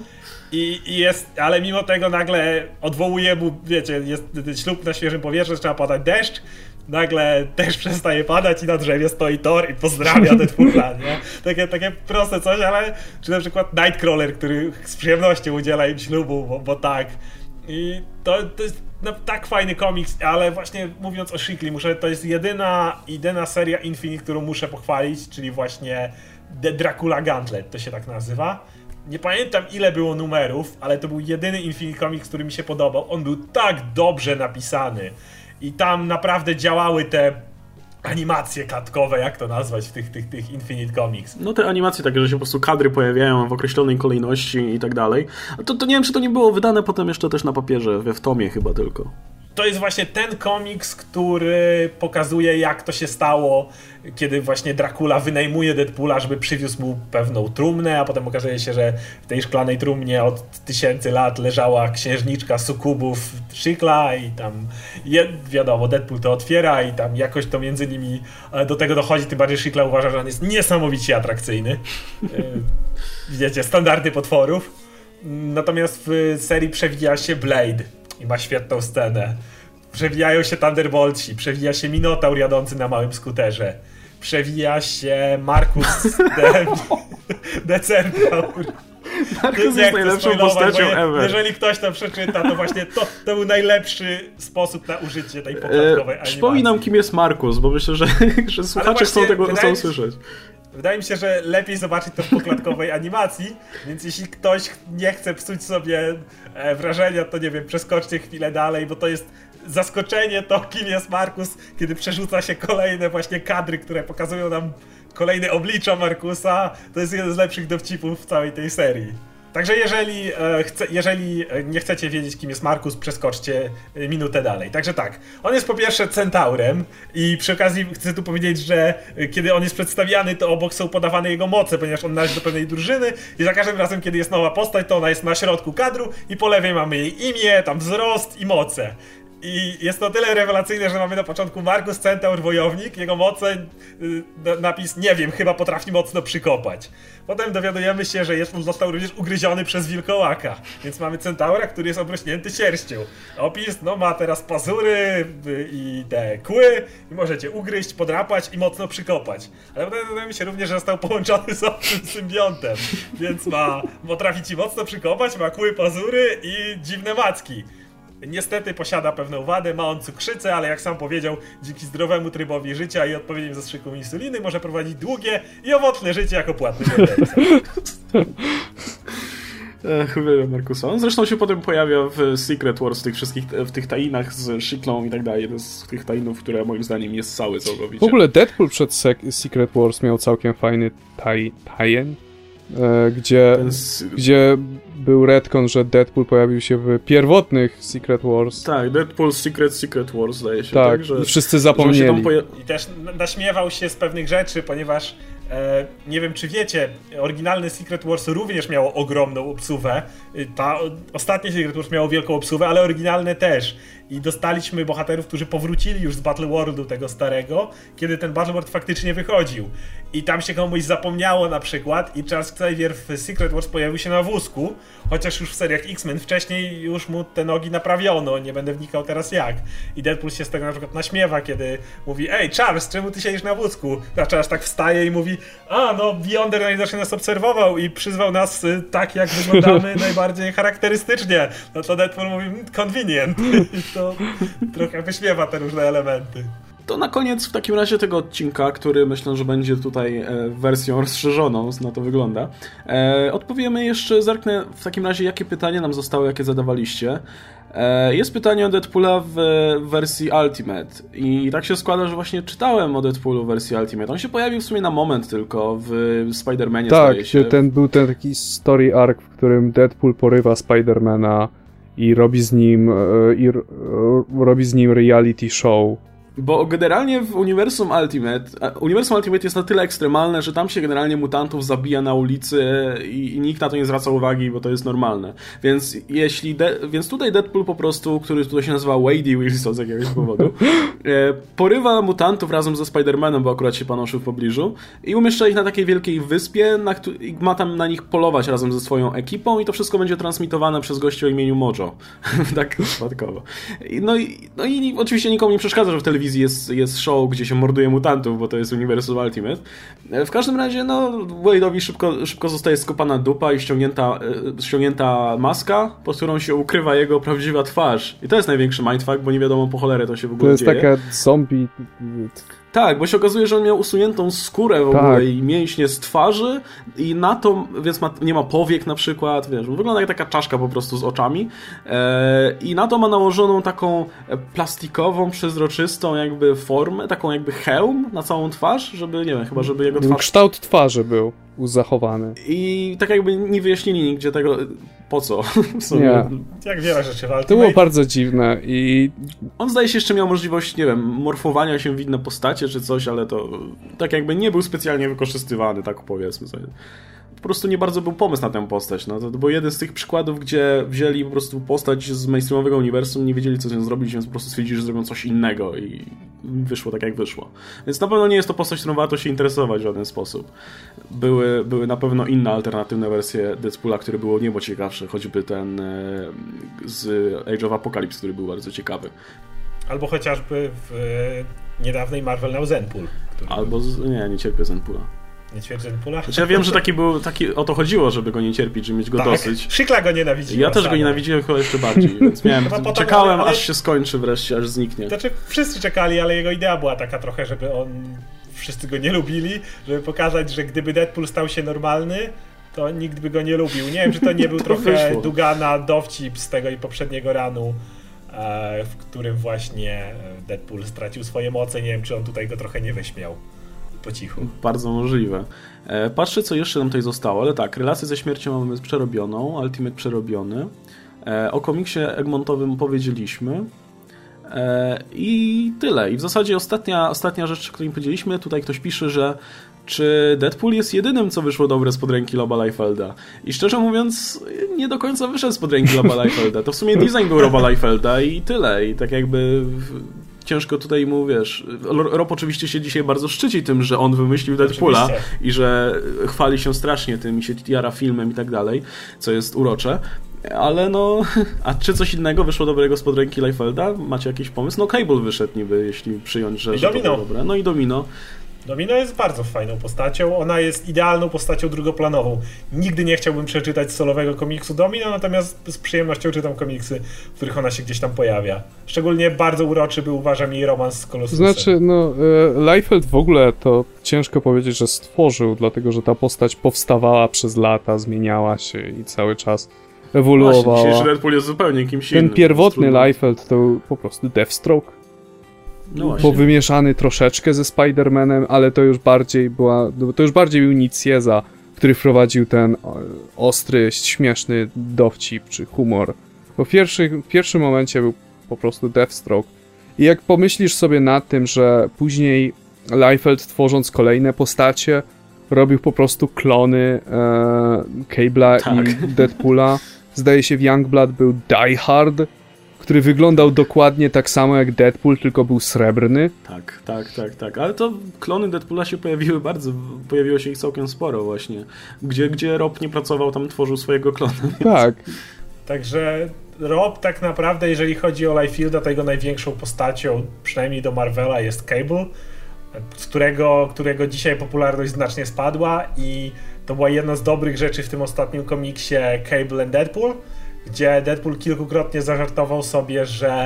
Ale mimo tego nagle odwołuje mu, wiecie, jest ślub na świeżym powietrzu, trzeba padać deszcz, nagle deszcz przestaje padać i na drzewie stoi Thor i pozdrawia Deadpoola, nie? Takie proste coś, ale czy na przykład Nightcrawler, który z przyjemnością udziela im ślubu, bo tak. I to jest tak fajny komiks, ale właśnie mówiąc o Shickli, to jest jedyna seria Infinite, którą muszę pochwalić, czyli właśnie The Dracula Gauntlet, to się tak nazywa. Nie pamiętam ile było numerów, ale to był jedyny Infinite Comics, który mi się podobał. On był tak dobrze napisany i tam naprawdę działały te animacje klatkowe, jak to nazwać w tych Infinite Comics.
No te animacje takie, że się po prostu kadry pojawiają w określonej kolejności i tak dalej. To nie wiem, czy to nie było wydane potem jeszcze też na papierze, w tomie chyba tylko.
To jest właśnie ten komiks, który pokazuje, jak to się stało, kiedy właśnie Dracula wynajmuje Deadpoola, żeby przywiózł mu pewną trumnę, a potem okazuje się, że w tej szklanej trumnie od 1000 lat leżała księżniczka sukubów Shickla i tam wiadomo, Deadpool to otwiera i tam jakoś to między nimi do tego dochodzi, tym bardziej Shickla uważa, że on jest niesamowicie atrakcyjny. Widzicie, standardy potworów. Natomiast w serii przewija się Blade i ma świetną scenę. Przewijają się Thunderboltsi, przewija się Minotaur jadący na małym skuterze. Przewija się Markus de Centaur.
Markus jest najlepszą postacią ever.
Jeżeli ktoś to przeczyta, to właśnie to był najlepszy sposób na użycie tej poklatkowej animacji.
Przypominam, kim jest Markus, bo myślę, że słuchacze chcą tego usłyszeć.
Wydaje mi się, że lepiej zobaczyć to w poklatkowej animacji, więc jeśli ktoś nie chce psuć sobie wrażenia, to nie wiem, przeskoczcie chwilę dalej, bo to jest zaskoczenie to, kim jest Markus, kiedy przerzuca się kolejne właśnie kadry, które pokazują nam kolejne oblicza Markusa. To jest jeden z lepszych dowcipów w całej tej serii. Także jeżeli nie chcecie wiedzieć, kim jest Markus, przeskoczcie minutę dalej. Także tak, on jest po pierwsze centaurem i przy okazji chcę tu powiedzieć, że kiedy on jest przedstawiany, to obok są podawane jego moce, ponieważ on należy do pewnej drużyny i za każdym razem, kiedy jest nowa postać, to ona jest na środku kadru i po lewej mamy jej imię, tam wzrost i moce. I jest to tyle rewelacyjne, że mamy na początku Markus Centaur Wojownik, jego moce, napis nie wiem, chyba potrafi mocno przykopać. Potem dowiadujemy się, że on został również ugryziony przez wilkołaka, więc mamy Centaura, który jest obrośnięty sierścią. Opis, ma teraz pazury i te kły i możecie ugryźć, podrapać i mocno przykopać. Ale potem dowiadujemy się również, że został połączony z obcym symbiontem, więc potrafi ci mocno przykopać, ma kły, pazury i dziwne macki. Niestety posiada pewną wadę, ma on cukrzycę, ale jak sam powiedział, dzięki zdrowemu trybowi życia i odpowiednim zastrzykom insuliny może prowadzić długie i owocne życie jako płatny morderca.
Uwielbiam Markusa. On zresztą się potem pojawia w Secret Wars, w tych tainach z Shicklą i tak dalej. To jest z tych tainów, które moim zdaniem jest cały całkowicie.
W ogóle Deadpool przed Secret Wars miał całkiem fajny tie-in, gdzie był retcon, że Deadpool pojawił się w pierwotnych Secret Wars.
Tak, Deadpool Secret Wars zdaje się.
Tak, że, i wszyscy zapomnieli.
I też naśmiewał się z pewnych rzeczy, ponieważ nie wiem, czy wiecie, oryginalny Secret Wars również miało ogromną obsuwę. Ostatnie Secret Wars miało wielką obsuwę, ale oryginalne też. I dostaliśmy bohaterów, którzy powrócili już z Battle Worldu tego starego, kiedy ten Battle World faktycznie wychodził. I tam się komuś zapomniało na przykład i Charles Xavier w Secret Wars pojawił się na wózku, chociaż już w seriach X-Men wcześniej już mu te nogi naprawiono, nie będę wnikał teraz jak. I Deadpool się z tego na przykład naśmiewa, kiedy mówi: ej Charles, czemu ty siedzisz na wózku? A Charles tak wstaje i mówi: Beyonder najwidoczniej nas obserwował i przyzwał nas tak, jak wyglądamy najbardziej charakterystycznie. No to Deadpool mówi: convenient. to trochę wyśmiewa te różne elementy.
To na koniec w takim razie tego odcinka, który myślę, że będzie tutaj wersją rozszerzoną, na to wygląda, odpowiemy jeszcze, zerknę w takim razie, jakie pytania nam zostały, jakie zadawaliście. Jest pytanie o Deadpoola w wersji Ultimate i tak się składa, że właśnie czytałem o Deadpoolu w wersji Ultimate. On się pojawił w sumie na moment tylko w Spider-Manie, zdaje się.
Tak, był ten taki story arc, w którym Deadpool porywa Spider-Mana i robi z nim reality show.
Bo generalnie w Uniwersum Ultimate jest na tyle ekstremalne, że tam się generalnie mutantów zabija na ulicy i nikt na to nie zwraca uwagi, bo to jest normalne. Więc więc tutaj Deadpool po prostu, który tutaj się nazywa Wade Wilson z jakiegoś powodu, porywa mutantów razem ze Spider-Manem, bo akurat się panoszył w pobliżu i umieszcza ich na takiej wielkiej wyspie, i ma tam na nich polować razem ze swoją ekipą i to wszystko będzie transmitowane przez gościa o imieniu Mojo. Tak przypadkowo. No i oczywiście nikomu nie przeszkadza, że w telewizji jest show, gdzie się morduje mutantów, bo to jest Uniwersum Ultimate. W każdym razie, Wade'owi szybko zostaje skopana dupa i ściągnięta maska, pod którą się ukrywa jego prawdziwa twarz. I to jest największy mindfuck, bo nie wiadomo po cholerę to się w ogóle dzieje.
To jest taka zombie...
Tak, bo się okazuje, że on miał usuniętą skórę w ogóle i mięśnie z twarzy i na to, więc nie ma powiek na przykład, wiesz, wygląda jak taka czaszka po prostu z oczami i na to ma nałożoną taką plastikową, przezroczystą jakby formę, taką jakby hełm na całą twarz, żeby, nie wiem, chyba żeby jego twarz...
Kształt twarzy był zachowany.
I tak jakby nie wyjaśnili nigdzie tego, po co. W sumie.
Nie.
Jak wiele rzeczy w Ultimate.
To było bardzo dziwne i...
On zdaje się jeszcze miał możliwość, nie wiem, morfowania się w inne postacie czy coś, ale to tak jakby nie był specjalnie wykorzystywany, tak powiedzmy sobie. Po prostu nie bardzo był pomysł na tę postać. No, to był jeden z tych przykładów, gdzie wzięli po prostu postać z mainstreamowego uniwersum, nie wiedzieli co z nią zrobić, więc po prostu stwierdzili, że zrobią coś innego i wyszło tak jak wyszło. Więc na pewno nie jest to postać, którą warto się interesować w żaden sposób. Były na pewno inne alternatywne wersje Deadpoola, które było niebo ciekawsze, choćby ten z Age of Apocalypse, który był bardzo ciekawy.
Albo chociażby w niedawnej Marvel Now Zenpool.
Nie cierpię Zenpoola.
Nie cierpię Zenpoola?
Znaczy ja wiem, że taki o to chodziło, żeby go nie cierpić, żeby mieć go dosyć.
Szykla go nienawidziła.
Ja też go nienawidziłem chyba jeszcze bardziej, więc czekałem, aż się skończy wreszcie, aż zniknie.
Znaczy wszyscy czekali, ale jego idea była taka trochę, żeby wszyscy go nie lubili, żeby pokazać, że gdyby Deadpool stał się normalny, to nikt by go nie lubił. Nie wiem, czy to nie był trochę Dugana dowcip z tego i poprzedniego runu, w którym właśnie Deadpool stracił swoje moce. Nie wiem, czy on tutaj go trochę nie wyśmiał po cichu.
Bardzo możliwe. Patrzę, co jeszcze nam tutaj zostało, ale tak, relację ze śmiercią mamy przerobioną, Ultimate przerobiony. O komiksie Egmontowym powiedzieliśmy. I tyle. I w zasadzie ostatnia rzecz, o której powiedzieliśmy, tutaj ktoś pisze, że czy Deadpool jest jedynym, co wyszło dobre spod ręki Roba Liefelda. I szczerze mówiąc, nie do końca wyszedł spod ręki Roba Liefelda. To w sumie design był Roba Liefelda i tyle. I tak jakby ciężko tutaj mu, wiesz... Rob oczywiście się dzisiaj bardzo szczyci tym, że on wymyślił Deadpoola i że chwali się strasznie tym i się jara filmem i tak dalej, co jest urocze. Ale a czy coś innego wyszło dobrego spod ręki Liefelda? Macie jakiś pomysł? Cable wyszedł niby, jeśli przyjąć, że to było dobre. No i Domino.
Domino jest bardzo fajną postacią, ona jest idealną postacią drugoplanową. Nigdy nie chciałbym przeczytać solowego komiksu Domino, natomiast z przyjemnością czytam komiksy, w których ona się gdzieś tam pojawia. Szczególnie bardzo uroczy był, uważam, jej romans z Colossusem.
Znaczy, Liefeld w ogóle to ciężko powiedzieć, że stworzył, dlatego że ta postać powstawała przez lata, zmieniała się i cały czas ewoluowała.
Właśnie, dzisiejszy Deadpool jest zupełnie kimś innym.
Ten pierwotny Liefeld to był po prostu Deathstroke. Powymieszany troszeczkę ze Spider-Manem, ale to już bardziej był Nicieza, który wprowadził ten ostry, śmieszny dowcip czy humor. Bo w pierwszym momencie był po prostu Deathstroke. I jak pomyślisz sobie nad tym, że później Liefeld, tworząc kolejne postacie, robił po prostu klony Cable'a i Deadpoola. Zdaje się w Youngblood był Die Hard, który wyglądał dokładnie tak samo jak Deadpool, tylko był srebrny.
Tak. Ale to klony Deadpoola się pojawiło się ich całkiem sporo właśnie. Gdzie Rob nie pracował, tam tworzył swojego klona.
Tak.
Także Rob tak naprawdę, jeżeli chodzi o Liefelda, to jego największą postacią, przynajmniej do Marvela, jest Cable, z którego dzisiaj popularność znacznie spadła i to była jedna z dobrych rzeczy w tym ostatnim komiksie Cable and Deadpool, gdzie Deadpool kilkukrotnie zażartował sobie, że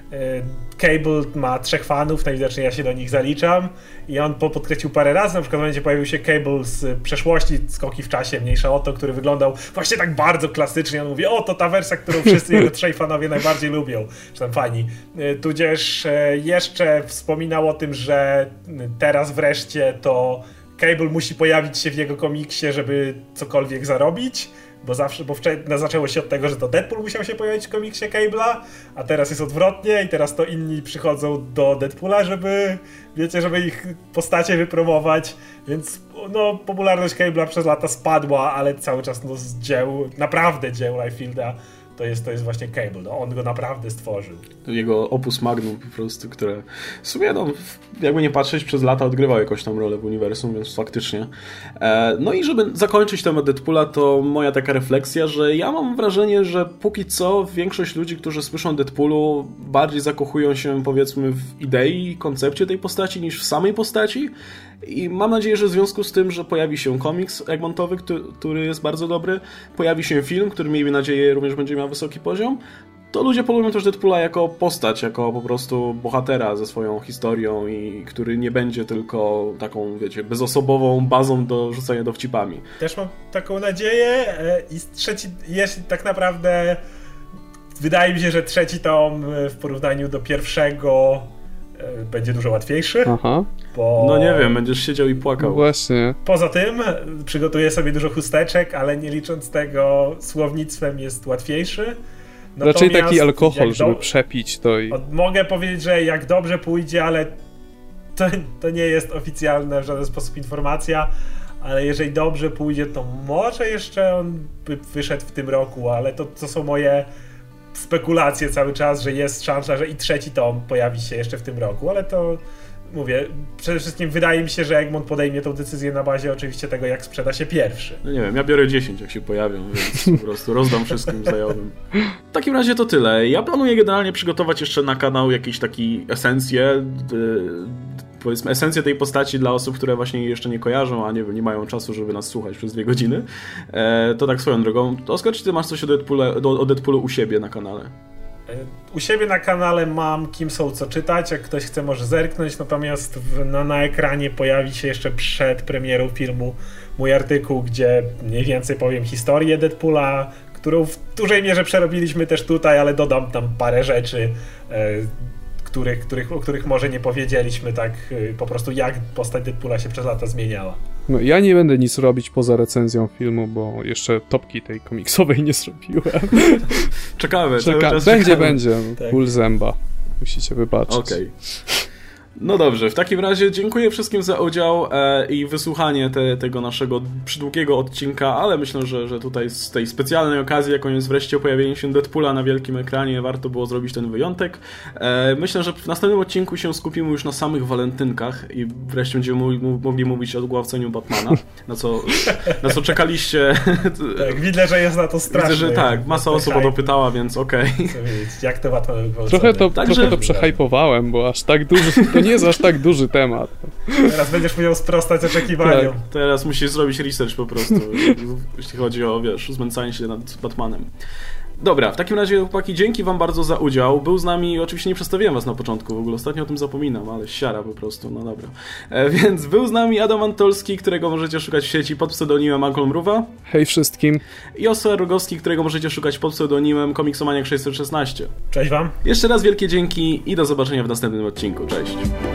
Cable ma 3 fanów, najwidoczniej ja się do nich zaliczam i on podkreślił parę razy, na przykład w momencie pojawił się Cable z przeszłości, Skoki w czasie, mniejsza o to, który wyglądał właśnie tak bardzo klasycznie, on mówi, o to ta wersja, którą wszyscy jego 3 fanowie najbardziej lubią, czy tam fani. Tudzież jeszcze wspominał o tym, że teraz wreszcie to Cable musi pojawić się w jego komiksie, żeby cokolwiek zarobić, bo zaczęło się od tego, że to Deadpool musiał się pojawić w komiksie Cable'a, a teraz jest odwrotnie i teraz to inni przychodzą do Deadpoola, żeby ich postacie wypromować, więc no, popularność Cable'a przez lata spadła, ale cały czas no, z naprawdę dzieł Liefelda to jest właśnie Cable, no, on go naprawdę stworzył.
Jego opus magnum po prostu, które w sumie, no, jakby nie patrzeć, przez lata odgrywał jakąś tam rolę w uniwersum, więc faktycznie. No i żeby zakończyć temat Deadpoola, to moja taka refleksja, że ja mam wrażenie, że póki co większość ludzi, którzy słyszą o Deadpoolu, bardziej zakochują się, powiedzmy, w idei i koncepcie tej postaci niż w samej postaci. I mam nadzieję, że w związku z tym, że pojawi się komiks Egmontowy, który jest bardzo dobry, pojawi się film, który miejmy nadzieję również będzie miał wysoki poziom, to ludzie polubią też Deadpoola jako postać, jako po prostu bohatera ze swoją historią i który nie będzie tylko taką, wiecie, bezosobową bazą do rzucania dowcipami.
Też mam taką nadzieję i trzeci, jeśli tak naprawdę wydaje mi się, że trzeci tom w porównaniu do pierwszego będzie dużo łatwiejszy.
Aha.
Bo...
No nie wiem, będziesz siedział i płakał.
Właśnie.
Poza tym przygotuję sobie dużo chusteczek, ale nie licząc tego słownictwem jest łatwiejszy.
Natomiast raczej taki alkohol, żeby przepić to i...
Mogę powiedzieć, że jak dobrze pójdzie, ale to nie jest oficjalna w żaden sposób informacja, ale jeżeli dobrze pójdzie, to może jeszcze on by wyszedł w tym roku, ale to są moje spekulacje cały czas, że jest szansa, że i trzeci tom pojawi się jeszcze w tym roku, ale to mówię, przede wszystkim wydaje mi się, że Egmont podejmie tą decyzję na bazie oczywiście tego, jak sprzeda się pierwszy.
No nie wiem, ja biorę 10, jak się pojawią, więc po prostu rozdam wszystkim znajomym. W takim razie to tyle. Ja planuję generalnie przygotować jeszcze na kanał jakieś taki powiedzmy esencję tej postaci dla osób, które właśnie jej jeszcze nie kojarzą, a nie wiem, nie mają czasu, żeby nas słuchać przez 2 godziny. To tak swoją drogą. Oskar, czy ty masz coś o Deadpoolu u siebie na kanale?
U siebie na kanale mam Kim są co czytać, jak ktoś chce może zerknąć, natomiast na ekranie pojawi się jeszcze przed premierą filmu mój artykuł, gdzie mniej więcej powiem historię Deadpoola, którą w dużej mierze przerobiliśmy też tutaj, ale dodam tam parę rzeczy, o których może nie powiedzieliśmy, tak po prostu jak postać Deadpoola się przez lata zmieniała.
No ja nie będę nic robić poza recenzją filmu, bo jeszcze topki tej komiksowej nie zrobiłem.
Czekamy.
Będzie. Tak. Ból zęba. Musicie wybaczyć.
Okej. No dobrze, w takim razie dziękuję wszystkim za udział i wysłuchanie tego naszego przydługiego odcinka, ale myślę, że tutaj z tej specjalnej okazji, jaką jest wreszcie pojawienie się Deadpoola na wielkim ekranie, warto było zrobić ten wyjątek. Myślę, że w następnym odcinku się skupimy już na samych walentynkach i wreszcie będziemy mogli mówić o gwałceniu Batmana, na co czekaliście.
Tak, widzę, że jest na to strasznie.
Widzę, że tak, masa osób o to pytała, więc okej.
Jak to Batman
gwałcony? Trochę to przehypowałem, bo aż tak duży... nie jest aż tak duży temat.
Teraz będziesz musiał sprostać oczekiwaniom.
Tak, teraz musisz zrobić research po prostu, jeśli chodzi o, znęcanie się nad Batmanem. Dobra, w takim razie, chłopaki, dzięki wam bardzo za udział. Był z nami, oczywiście nie przedstawiłem was na początku, w ogóle ostatnio o tym zapominam, ale siara po prostu, no dobra. Więc był z nami Adam Antolski, którego możecie szukać w sieci pod pseudonimem Malcolm Mruwa.
Hej wszystkim.
I Oskar Rogowski, którego możecie szukać pod pseudonimem Komiksomaniak 616.
Cześć wam.
Jeszcze raz wielkie dzięki i do zobaczenia w następnym odcinku. Cześć.